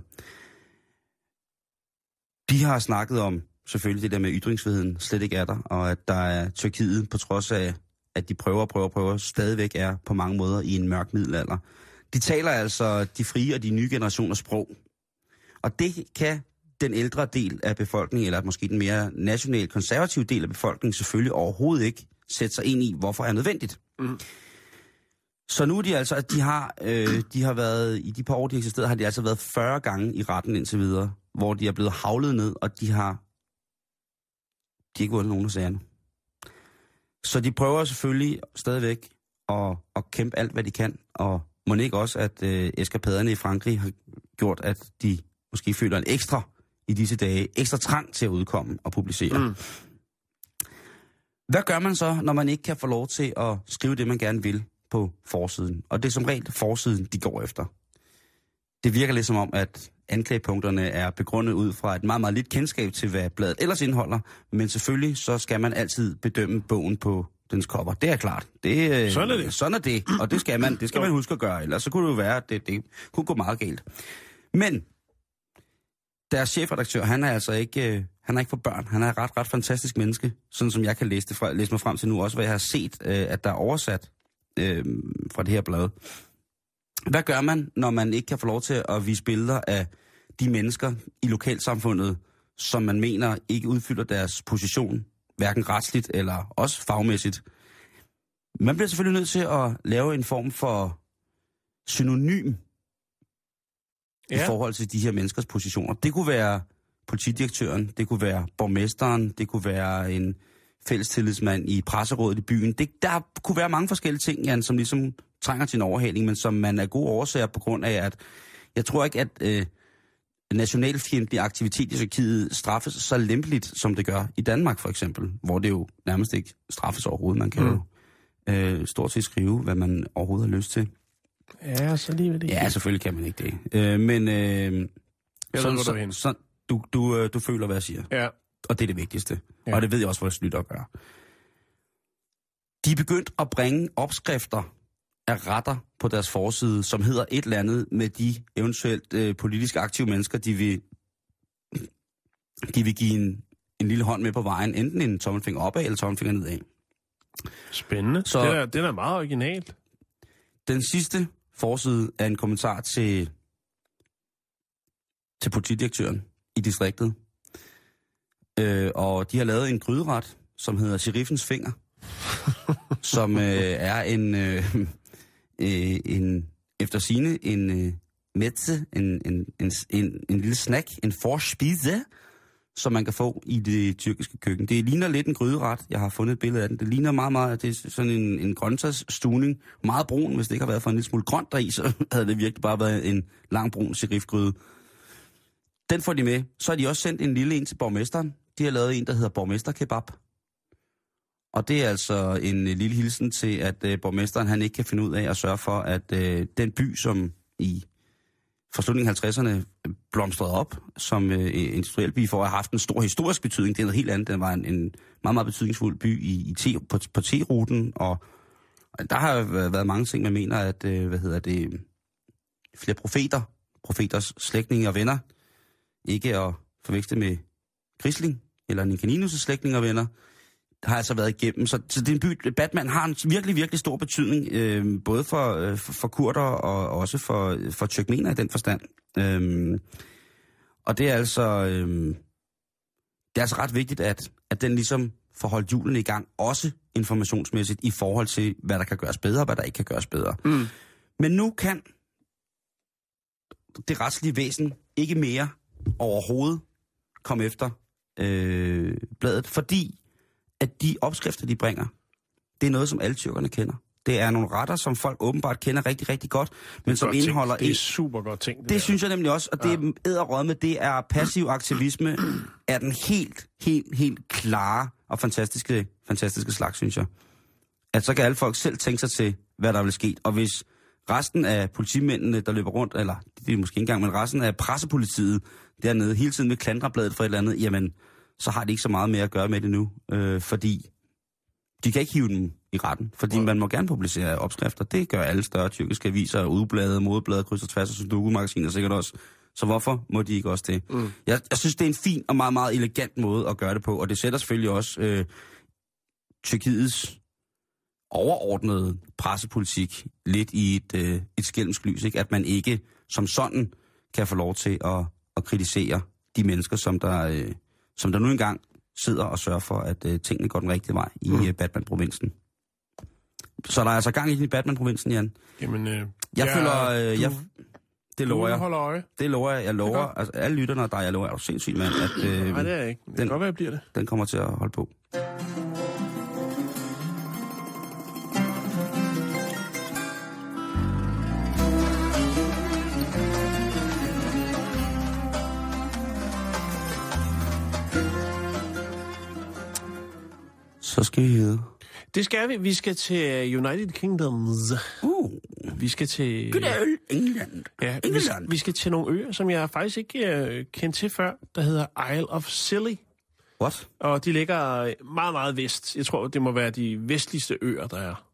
De har snakket om selvfølgelig det der med ytringsfriheden slet ikke er der, og at der er Tyrkiet, på trods af, at de prøver, stadigvæk er på mange måder i en mørk middelalder. De taler altså de frie og de nye generationers sprog. Og det kan den ældre del af befolkningen, eller måske den mere nationalt konservative del af befolkningen, selvfølgelig overhovedet ikke sætte sig ind i, hvorfor er nødvendigt. Mm. Så nu er de altså, at de har været, i de par år, de eksisterede, har de altså været 40 gange i retten indtil videre, hvor de er blevet havlet ned, og de har ikke vundet nogen af sagerne. Så de prøver selvfølgelig stadigvæk at kæmpe alt, hvad de kan, og må ikke også, at eskapaderne i Frankrig har gjort, at de måske føler en ekstra i disse dage, ekstra trang til at udkomme og publicere. Mm. Hvad gør man så, når man ikke kan få lov til at skrive det, man gerne vil på forsiden? Og det er som regel forsiden, de går efter. Det virker lidt som om, at anklagepunkterne er begrundet ud fra et meget, meget lidt kendskab til, hvad bladet ellers indeholder, men selvfølgelig så skal man altid bedømme bogen på dens cover. Det er klart. Sådan er det, og det skal man huske at gøre, ellers så kunne det jo være, at det kunne gå meget galt. Men deres chefredaktør, han er altså ikke for børn. Han er et ret fantastisk menneske, sådan som jeg kan læse mig frem til nu, også hvad jeg har set, at der er oversat fra det her blad. Hvad gør man, når man ikke kan få lov til at vise billeder af de mennesker i lokalsamfundet, som man mener ikke udfylder deres position, hverken retsligt eller også fagmæssigt? Man bliver selvfølgelig nødt til at lave en form for synonym i forhold til de her menneskers positioner. Det kunne være politidirektøren, det kunne være borgmesteren, det kunne være en fællestillidsmand i presserådet i byen. Der kunne være mange forskellige ting, Jan, som ligesom trænger til en overhaling, men som man er gode årsager på grund af, at jeg tror ikke, at nationalfjendtlig aktivitet i Tyrkiet straffes så lempeligt, som det gør i Danmark for eksempel, hvor det jo nærmest ikke straffes overhovedet. Man kan jo stort set skrive, hvad man overhovedet har lyst til. Ja, så lige ved det. Ja, selvfølgelig kan man ikke det. Du føler, hvad jeg siger. Ja. Og det er det vigtigste. Ja. Og det ved jeg også, hvad lytter gør. De er begyndt at bringe opskrifter af retter på deres forside, som hedder et eller andet med de eventuelt politisk aktive mennesker, de vil give en lille hånd med på vejen, enten en tommelfinger opad eller tommelfinger nedad. Spændende. Så det er meget originalt. Den sidste forside er en kommentar til politidirektøren i distriktet. Og de har lavet en gryderet, som hedder Sheriffens Finger, som er en efter sigende en mette, en lille snack, en forspise, som man kan få i det tyrkiske køkken. Det ligner lidt en gryderet. Jeg har fundet et billede af den. Det ligner meget, det er sådan en grøntsagsstuning. Meget brun, hvis det ikke har været for en lille smule grønt deri, så havde det virkelig bare været en lang brun serifgryde. Den får de med. Så har de også sendt en lille en til borgmesteren. De har lavet en, der hedder borgmesterkebab. Og det er altså en lille hilsen til, at borgmesteren han ikke kan finde ud af at sørge for, at den by, som i slutningen af 50'erne blomstrede op som industriel by, for at have haft en stor historisk betydning. Det er noget helt andet. Den var en meget, meget betydningsfuld by på T-ruten, og der har været mange ting, man mener, at flere profeters slægtninge og venner, ikke at forveksle med Grisling, eller Nicaninus' slægtninge og venner, har altså været igennem. Så det er en by, Batman har en virkelig, virkelig stor betydning, både for kurder og også for tyrkmener i den forstand. Og det er altså ret vigtigt, at den ligesom får holdt hjulene i gang, også informationsmæssigt, i forhold til, hvad der kan gøres bedre, og hvad der ikke kan gøres bedre. Mm. Men nu kan det retslige væsen ikke mere overhovedet komme efter bladet, fordi at de opskrifter, de bringer, det er noget, som alle tyrkerne kender. Det er nogle retter, som folk åbenbart kender rigtig, rigtig godt, men som indeholder... Det er super godt ting. Det synes jeg nemlig også, og det er æderrød med, det er passiv aktivisme af den helt klare og fantastiske slags, synes jeg. At så kan alle folk selv tænke sig til, hvad der vil ske. Og hvis resten af politimændene, der løber rundt, eller det er måske ikke engang, men resten af pressepolitiet dernede, hele tiden vil klandre bladet for et eller andet, jamen, så har de ikke så meget mere at gøre med det nu, fordi de kan ikke hive dem i retten, fordi man må gerne publicere opskrifter. Det gør alle større tyrkiske aviser, ugeblade, modeblade, kryds og tværs og Sudoku-magasiner sikkert også. Så hvorfor må de ikke også det? Mm. Jeg synes, det er en fin og meget, meget elegant måde at gøre det på, og det sætter selvfølgelig også Tyrkiets overordnede pressepolitik lidt i et skælmsk lys, ikke? At man ikke som sådan kan få lov til at kritisere de mennesker, som der nu engang sidder og sørger for, at tingene går den rigtige vej i Batman-provinsen. Så der er altså gang i Batman-provinsen, Jan. Jamen, jeg føler... det lover jeg. Holder øje. Det lover jeg. Jeg lover, altså alle lytterne, jeg lover, er jo sindssygt, mand, at... Nej, det er jeg ikke. Det kan godt være, jeg bliver det. Den kommer til at holde på. Så skal vi hedde. Det skal vi. Vi skal til United Kingdoms. Vi skal til... Good old England. Ja, vi skal til nogle øer, som jeg faktisk ikke kendte til før, der hedder Isle of Scilly. What? Og de ligger meget, meget vest. Jeg tror, det må være de vestligste øer,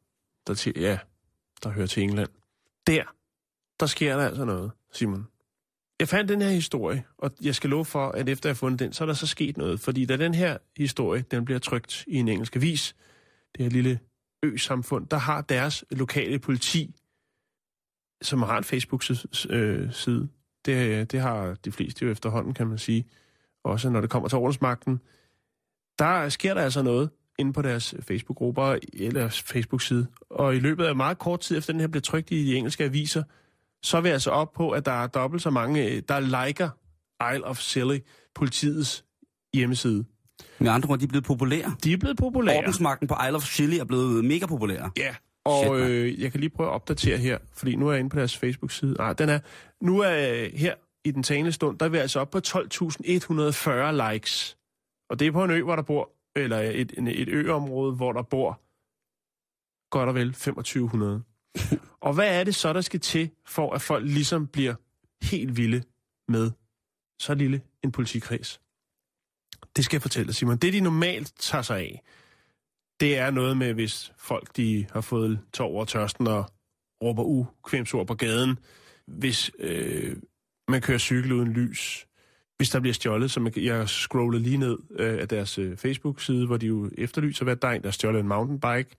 der hører til England. Der sker der altså noget, Simon. Jeg fandt den her historie, og jeg skal love for, at efter jeg har fundet den, så er der så sket noget. Fordi da den her historie, den bliver trykt i en engelsk avis, det her lille ø-samfund, der har deres lokale politi, som har en Facebook-side. Det har de fleste jo efterhånden, kan man sige. Også når det kommer til ordensmagten. Der sker der altså noget inde på deres Facebook-grupper eller Facebook-side. Og i løbet af meget kort tid efter den her bliver trykt i de engelske aviser, så er vi altså op på, at der er dobbelt så mange, der liker Isle of Scilly, politiets hjemmeside. Med andre ord, de er blevet populære. De er blevet populære. Ordensmagten på Isle of Scilly er blevet mega populære. Ja, og jeg kan lige prøve at opdatere her, fordi nu er jeg inde på deres Facebook-side. Nu er her i den talende stund, der er vi altså op på 12.140 likes. Og det er på en ø, hvor der bor, eller et øområde, hvor der bor godt og vel 2500. Og hvad er det så, der skal til, for at folk ligesom bliver helt vilde med så lille en politikreds? Det skal jeg fortælle dig, Simon. Det, de normalt tager sig af, det er noget med, hvis folk de har fået tår over tørsten og råber ukvemsord på gaden. Hvis man kører cykel uden lys. Hvis der bliver stjålet, som jeg scrollede lige ned af deres Facebook-side, hvor de jo efterlyser, hvad der er en, der har stjålet en mountainbike.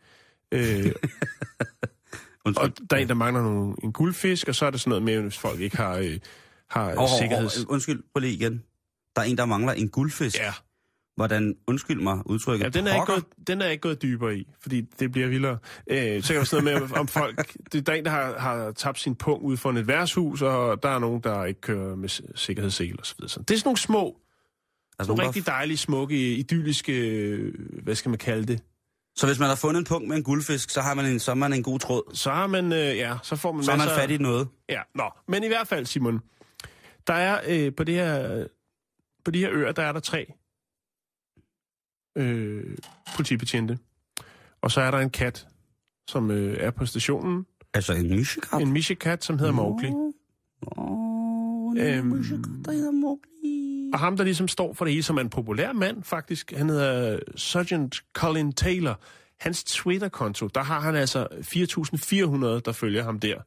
Og der er en, der mangler en guldfisk, og så er der sådan noget med, hvis folk ikke har sikkerheds... Undskyld, prøv lige igen. Der er en, der mangler en guldfisk. Ja. Hvordan, undskyld mig, udtrykket? Ja, den er ikke gået dybere i, fordi det bliver vildere. Så kan jeg sådan noget med, om folk... Der er en, der har tabt sin pung ude foran et værtshus, og der er nogen, der ikke kører med sikkerhedssel og så videre. Det er sådan nogle små, altså nogle rigtig dejlige, smukke, idylliske... Hvad skal man kalde det? Så hvis man har fundet en punkt med en guldfisk, så har man en god tråd? Så har man, så får man så masser... Så er man fat i noget? Ja, men i hvert fald, Simon, der er på de her øer, der er der 3 politibetjente. Og så er der en kat, som er på stationen. Altså en mishekat? En mishekat, som hedder Mowgli. En mishekat, der hedder Mowgli. Og ham, der ligesom står for det hele, som er en populær mand, faktisk, han hedder Sergeant Colin Taylor. Hans Twitter-konto, der har han altså 4.400, der følger ham der.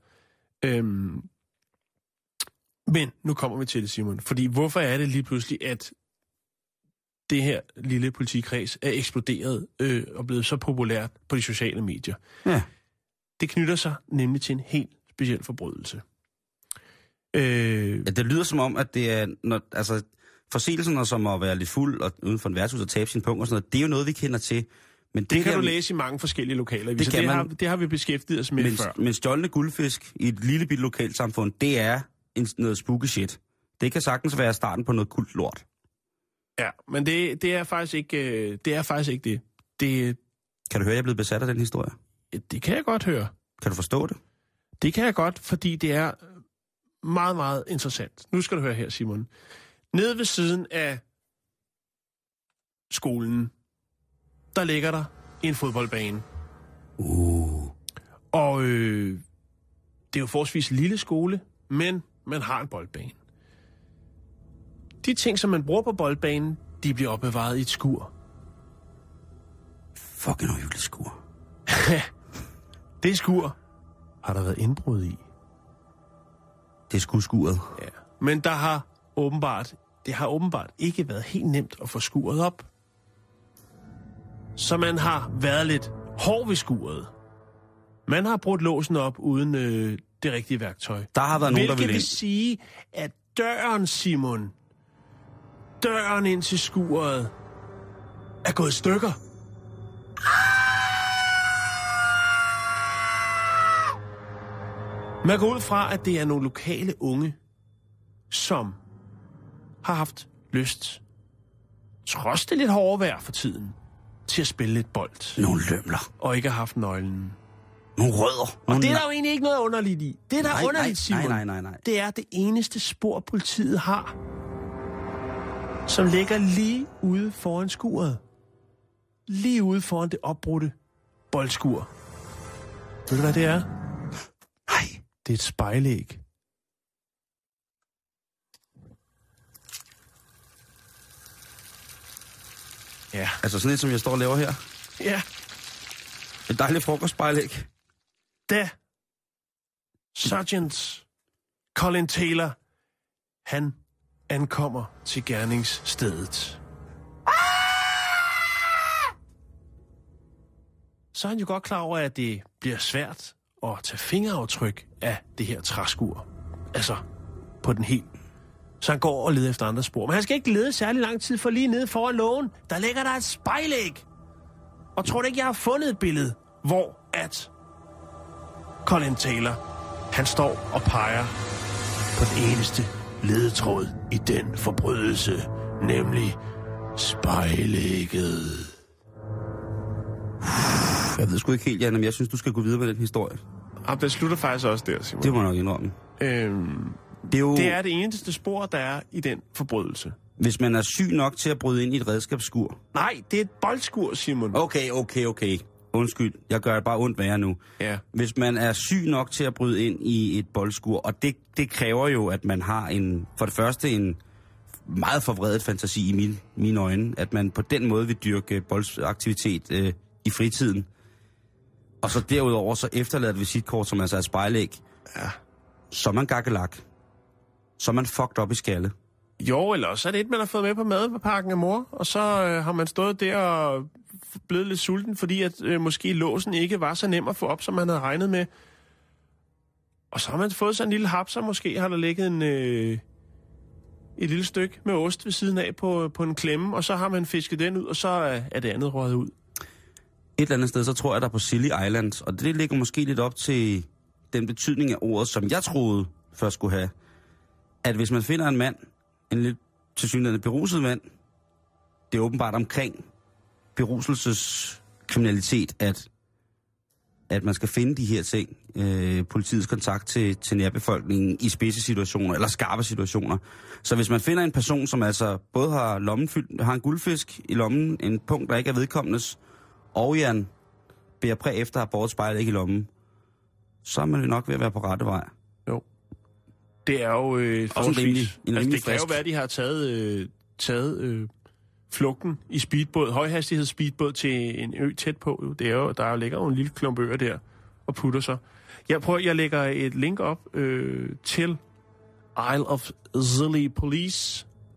Men nu kommer vi til det, Simon. Fordi hvorfor er det lige pludselig, at det her lille politikreds er eksploderet og blevet så populært på de sociale medier. Ja. Det knytter sig nemlig til en helt speciel forbrydelse. Ja, det lyder som om, at det er... Altså, forseelserne som at være lidt fuld og uden for en værtshus og tabe sin punkt og sådan noget, det er jo noget, vi kender til. Men det kan du læse i mange forskellige lokaler. Det har vi beskæftiget os med før. Men stjålne guldfisk i et lille bitte lokalsamfund, det er noget spooky shit. Det kan sagtens være starten på noget kult lort. Ja, men det er faktisk ikke det. Kan du høre, at jeg er blevet besat af den historie? Det kan jeg godt høre. Kan du forstå det? Det kan jeg godt, fordi det er meget, meget interessant. Nu skal du høre her, Simon. Nede ved siden af skolen, der ligger der en fodboldbane. Og det er jo forholdsvis lille skole, men man har en boldbane. De ting, som man bruger på boldbanen, de bliver opbevaret i et skur. Fucking uhyggeligt skur. Det skur har der været indbrud i. Det er skuret. Ja, men det har åbenbart ikke været helt nemt at få skuret op. Så man har været lidt hård ved skuret. Man har brudt låsen op uden det rigtige værktøj. Der har været nogen, der vil sige, at døren, Simon, døren ind til skuret, er gået i stykker. Man går ud fra, at det er nogle lokale unge, som har haft lyst, trods det lidt hårde vejr for tiden, til at spille lidt bold. Nogle lømler. Og ikke har haft nøglen. Nogle rødder. Og det er der jo egentlig ikke noget underligt i. Det, der er underligt, Simon, nej. det er det eneste spor, politiet har, som ligger lige ude foran skuret. Lige ude foran det opbrudte boldskur. Ved du, hvad det er? Nej. Det er et spejlæg. Ja. Altså sådan et, som jeg står og laver her? Ja. Et dejligt frokostspejlæg. Da Sergeant Colin Taylor, han ankommer til gerningsstedet. Så er han jo godt klar over, at det bliver svært at tage fingeraftryk af det her træskur. Altså, på den helt. Så han går og leder efter andre spor. Men han skal ikke lede særlig lang tid, for lige nede foran lågen, der ligger der et spejlæg. Og tror du ikke, jeg har fundet et billede, hvor at Colin Taylor, han står og peger på den eneste ledetråd i den forbrydelse, nemlig spejlægget. Jeg ved sgu ikke helt, Jan, men jeg synes, du skal gå videre med den historie. Og det slutter faktisk også der, Simon. Det må jeg nok indrømme. Det er det eneste spor, der er i den forbrydelse. Hvis man er syg nok til at bryde ind i et redskabsskur. Nej, det er et boldskur, Simon. Okay. Undskyld, jeg gør det bare ondt værre nu. Ja. Hvis man er syg nok til at bryde ind i et boldskur, og det kræver jo, at man har for det første en meget forvredet fantasi i mine øjne, at man på den måde vil dyrke boldsaktivitet i fritiden. Og så derudover så efterlader et visitkort, som altså er et spejlæg. Ja. Så er man gakkelak. Så er man fucked op i skalle. Jo, eller så er det et, man har fået med på madpakken af mor, og så har man stået der og blevet lidt sulten, fordi at måske låsen ikke var så nem at få op, som man havde regnet med. Og så har man fået sådan en lille hapser, måske har der ligget et lille stykke med ost ved siden af på en klemme, og så har man fisket den ud, og så er det andet røget ud. Et eller andet sted, så tror jeg, der er på Scilly Island, og det ligger måske lidt op til den betydning af ordet, som jeg troede først skulle have, at hvis man finder en mand, en lidt tilsyneladende beruset mand, det er åbenbart omkring beruselseskriminalitet, at man skal finde de her ting, politiets kontakt til nærbefolkningen i spidse situationer, eller skarpe situationer. Så hvis man finder en person, som altså både har lommen fyldt, har en guldfisk i lommen, en punkt, der ikke er vedkommendes, og Jan bærer præg efter at have båret spejlet ikke i lommen, så er man jo nok ved at være på rette vej. Jo. Det er jo forholdsvis. Det kan jo være, at de har taget flugten i speedbåd, højhastigheds-speedbåd til en ø tæt på. Det er jo, der ligger jo en lille klump øer der og putter sig. Jeg lægger et link op til Isle of Scilly Police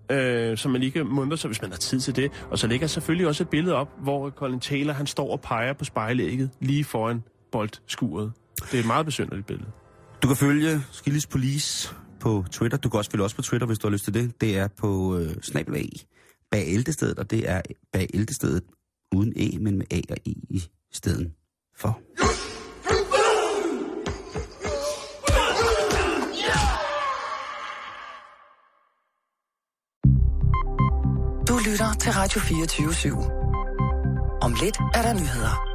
som man lige kan muntre sig, hvis man har tid til det. Og så lægger jeg selvfølgelig også et billede op, hvor Colin Taylor, han står og peger på spejlægget lige foran boldskuret. Det er et meget besynderligt billede. Du kan følge Skillis Police på Twitter. Du kan også følge os på Twitter, hvis du har lyst til det. Det er på bag Eltestedet, og det er bag Eltestedet uden E, men med A og E i stedet for. Du lytter til Radio 24/7. Om lidt er der nyheder.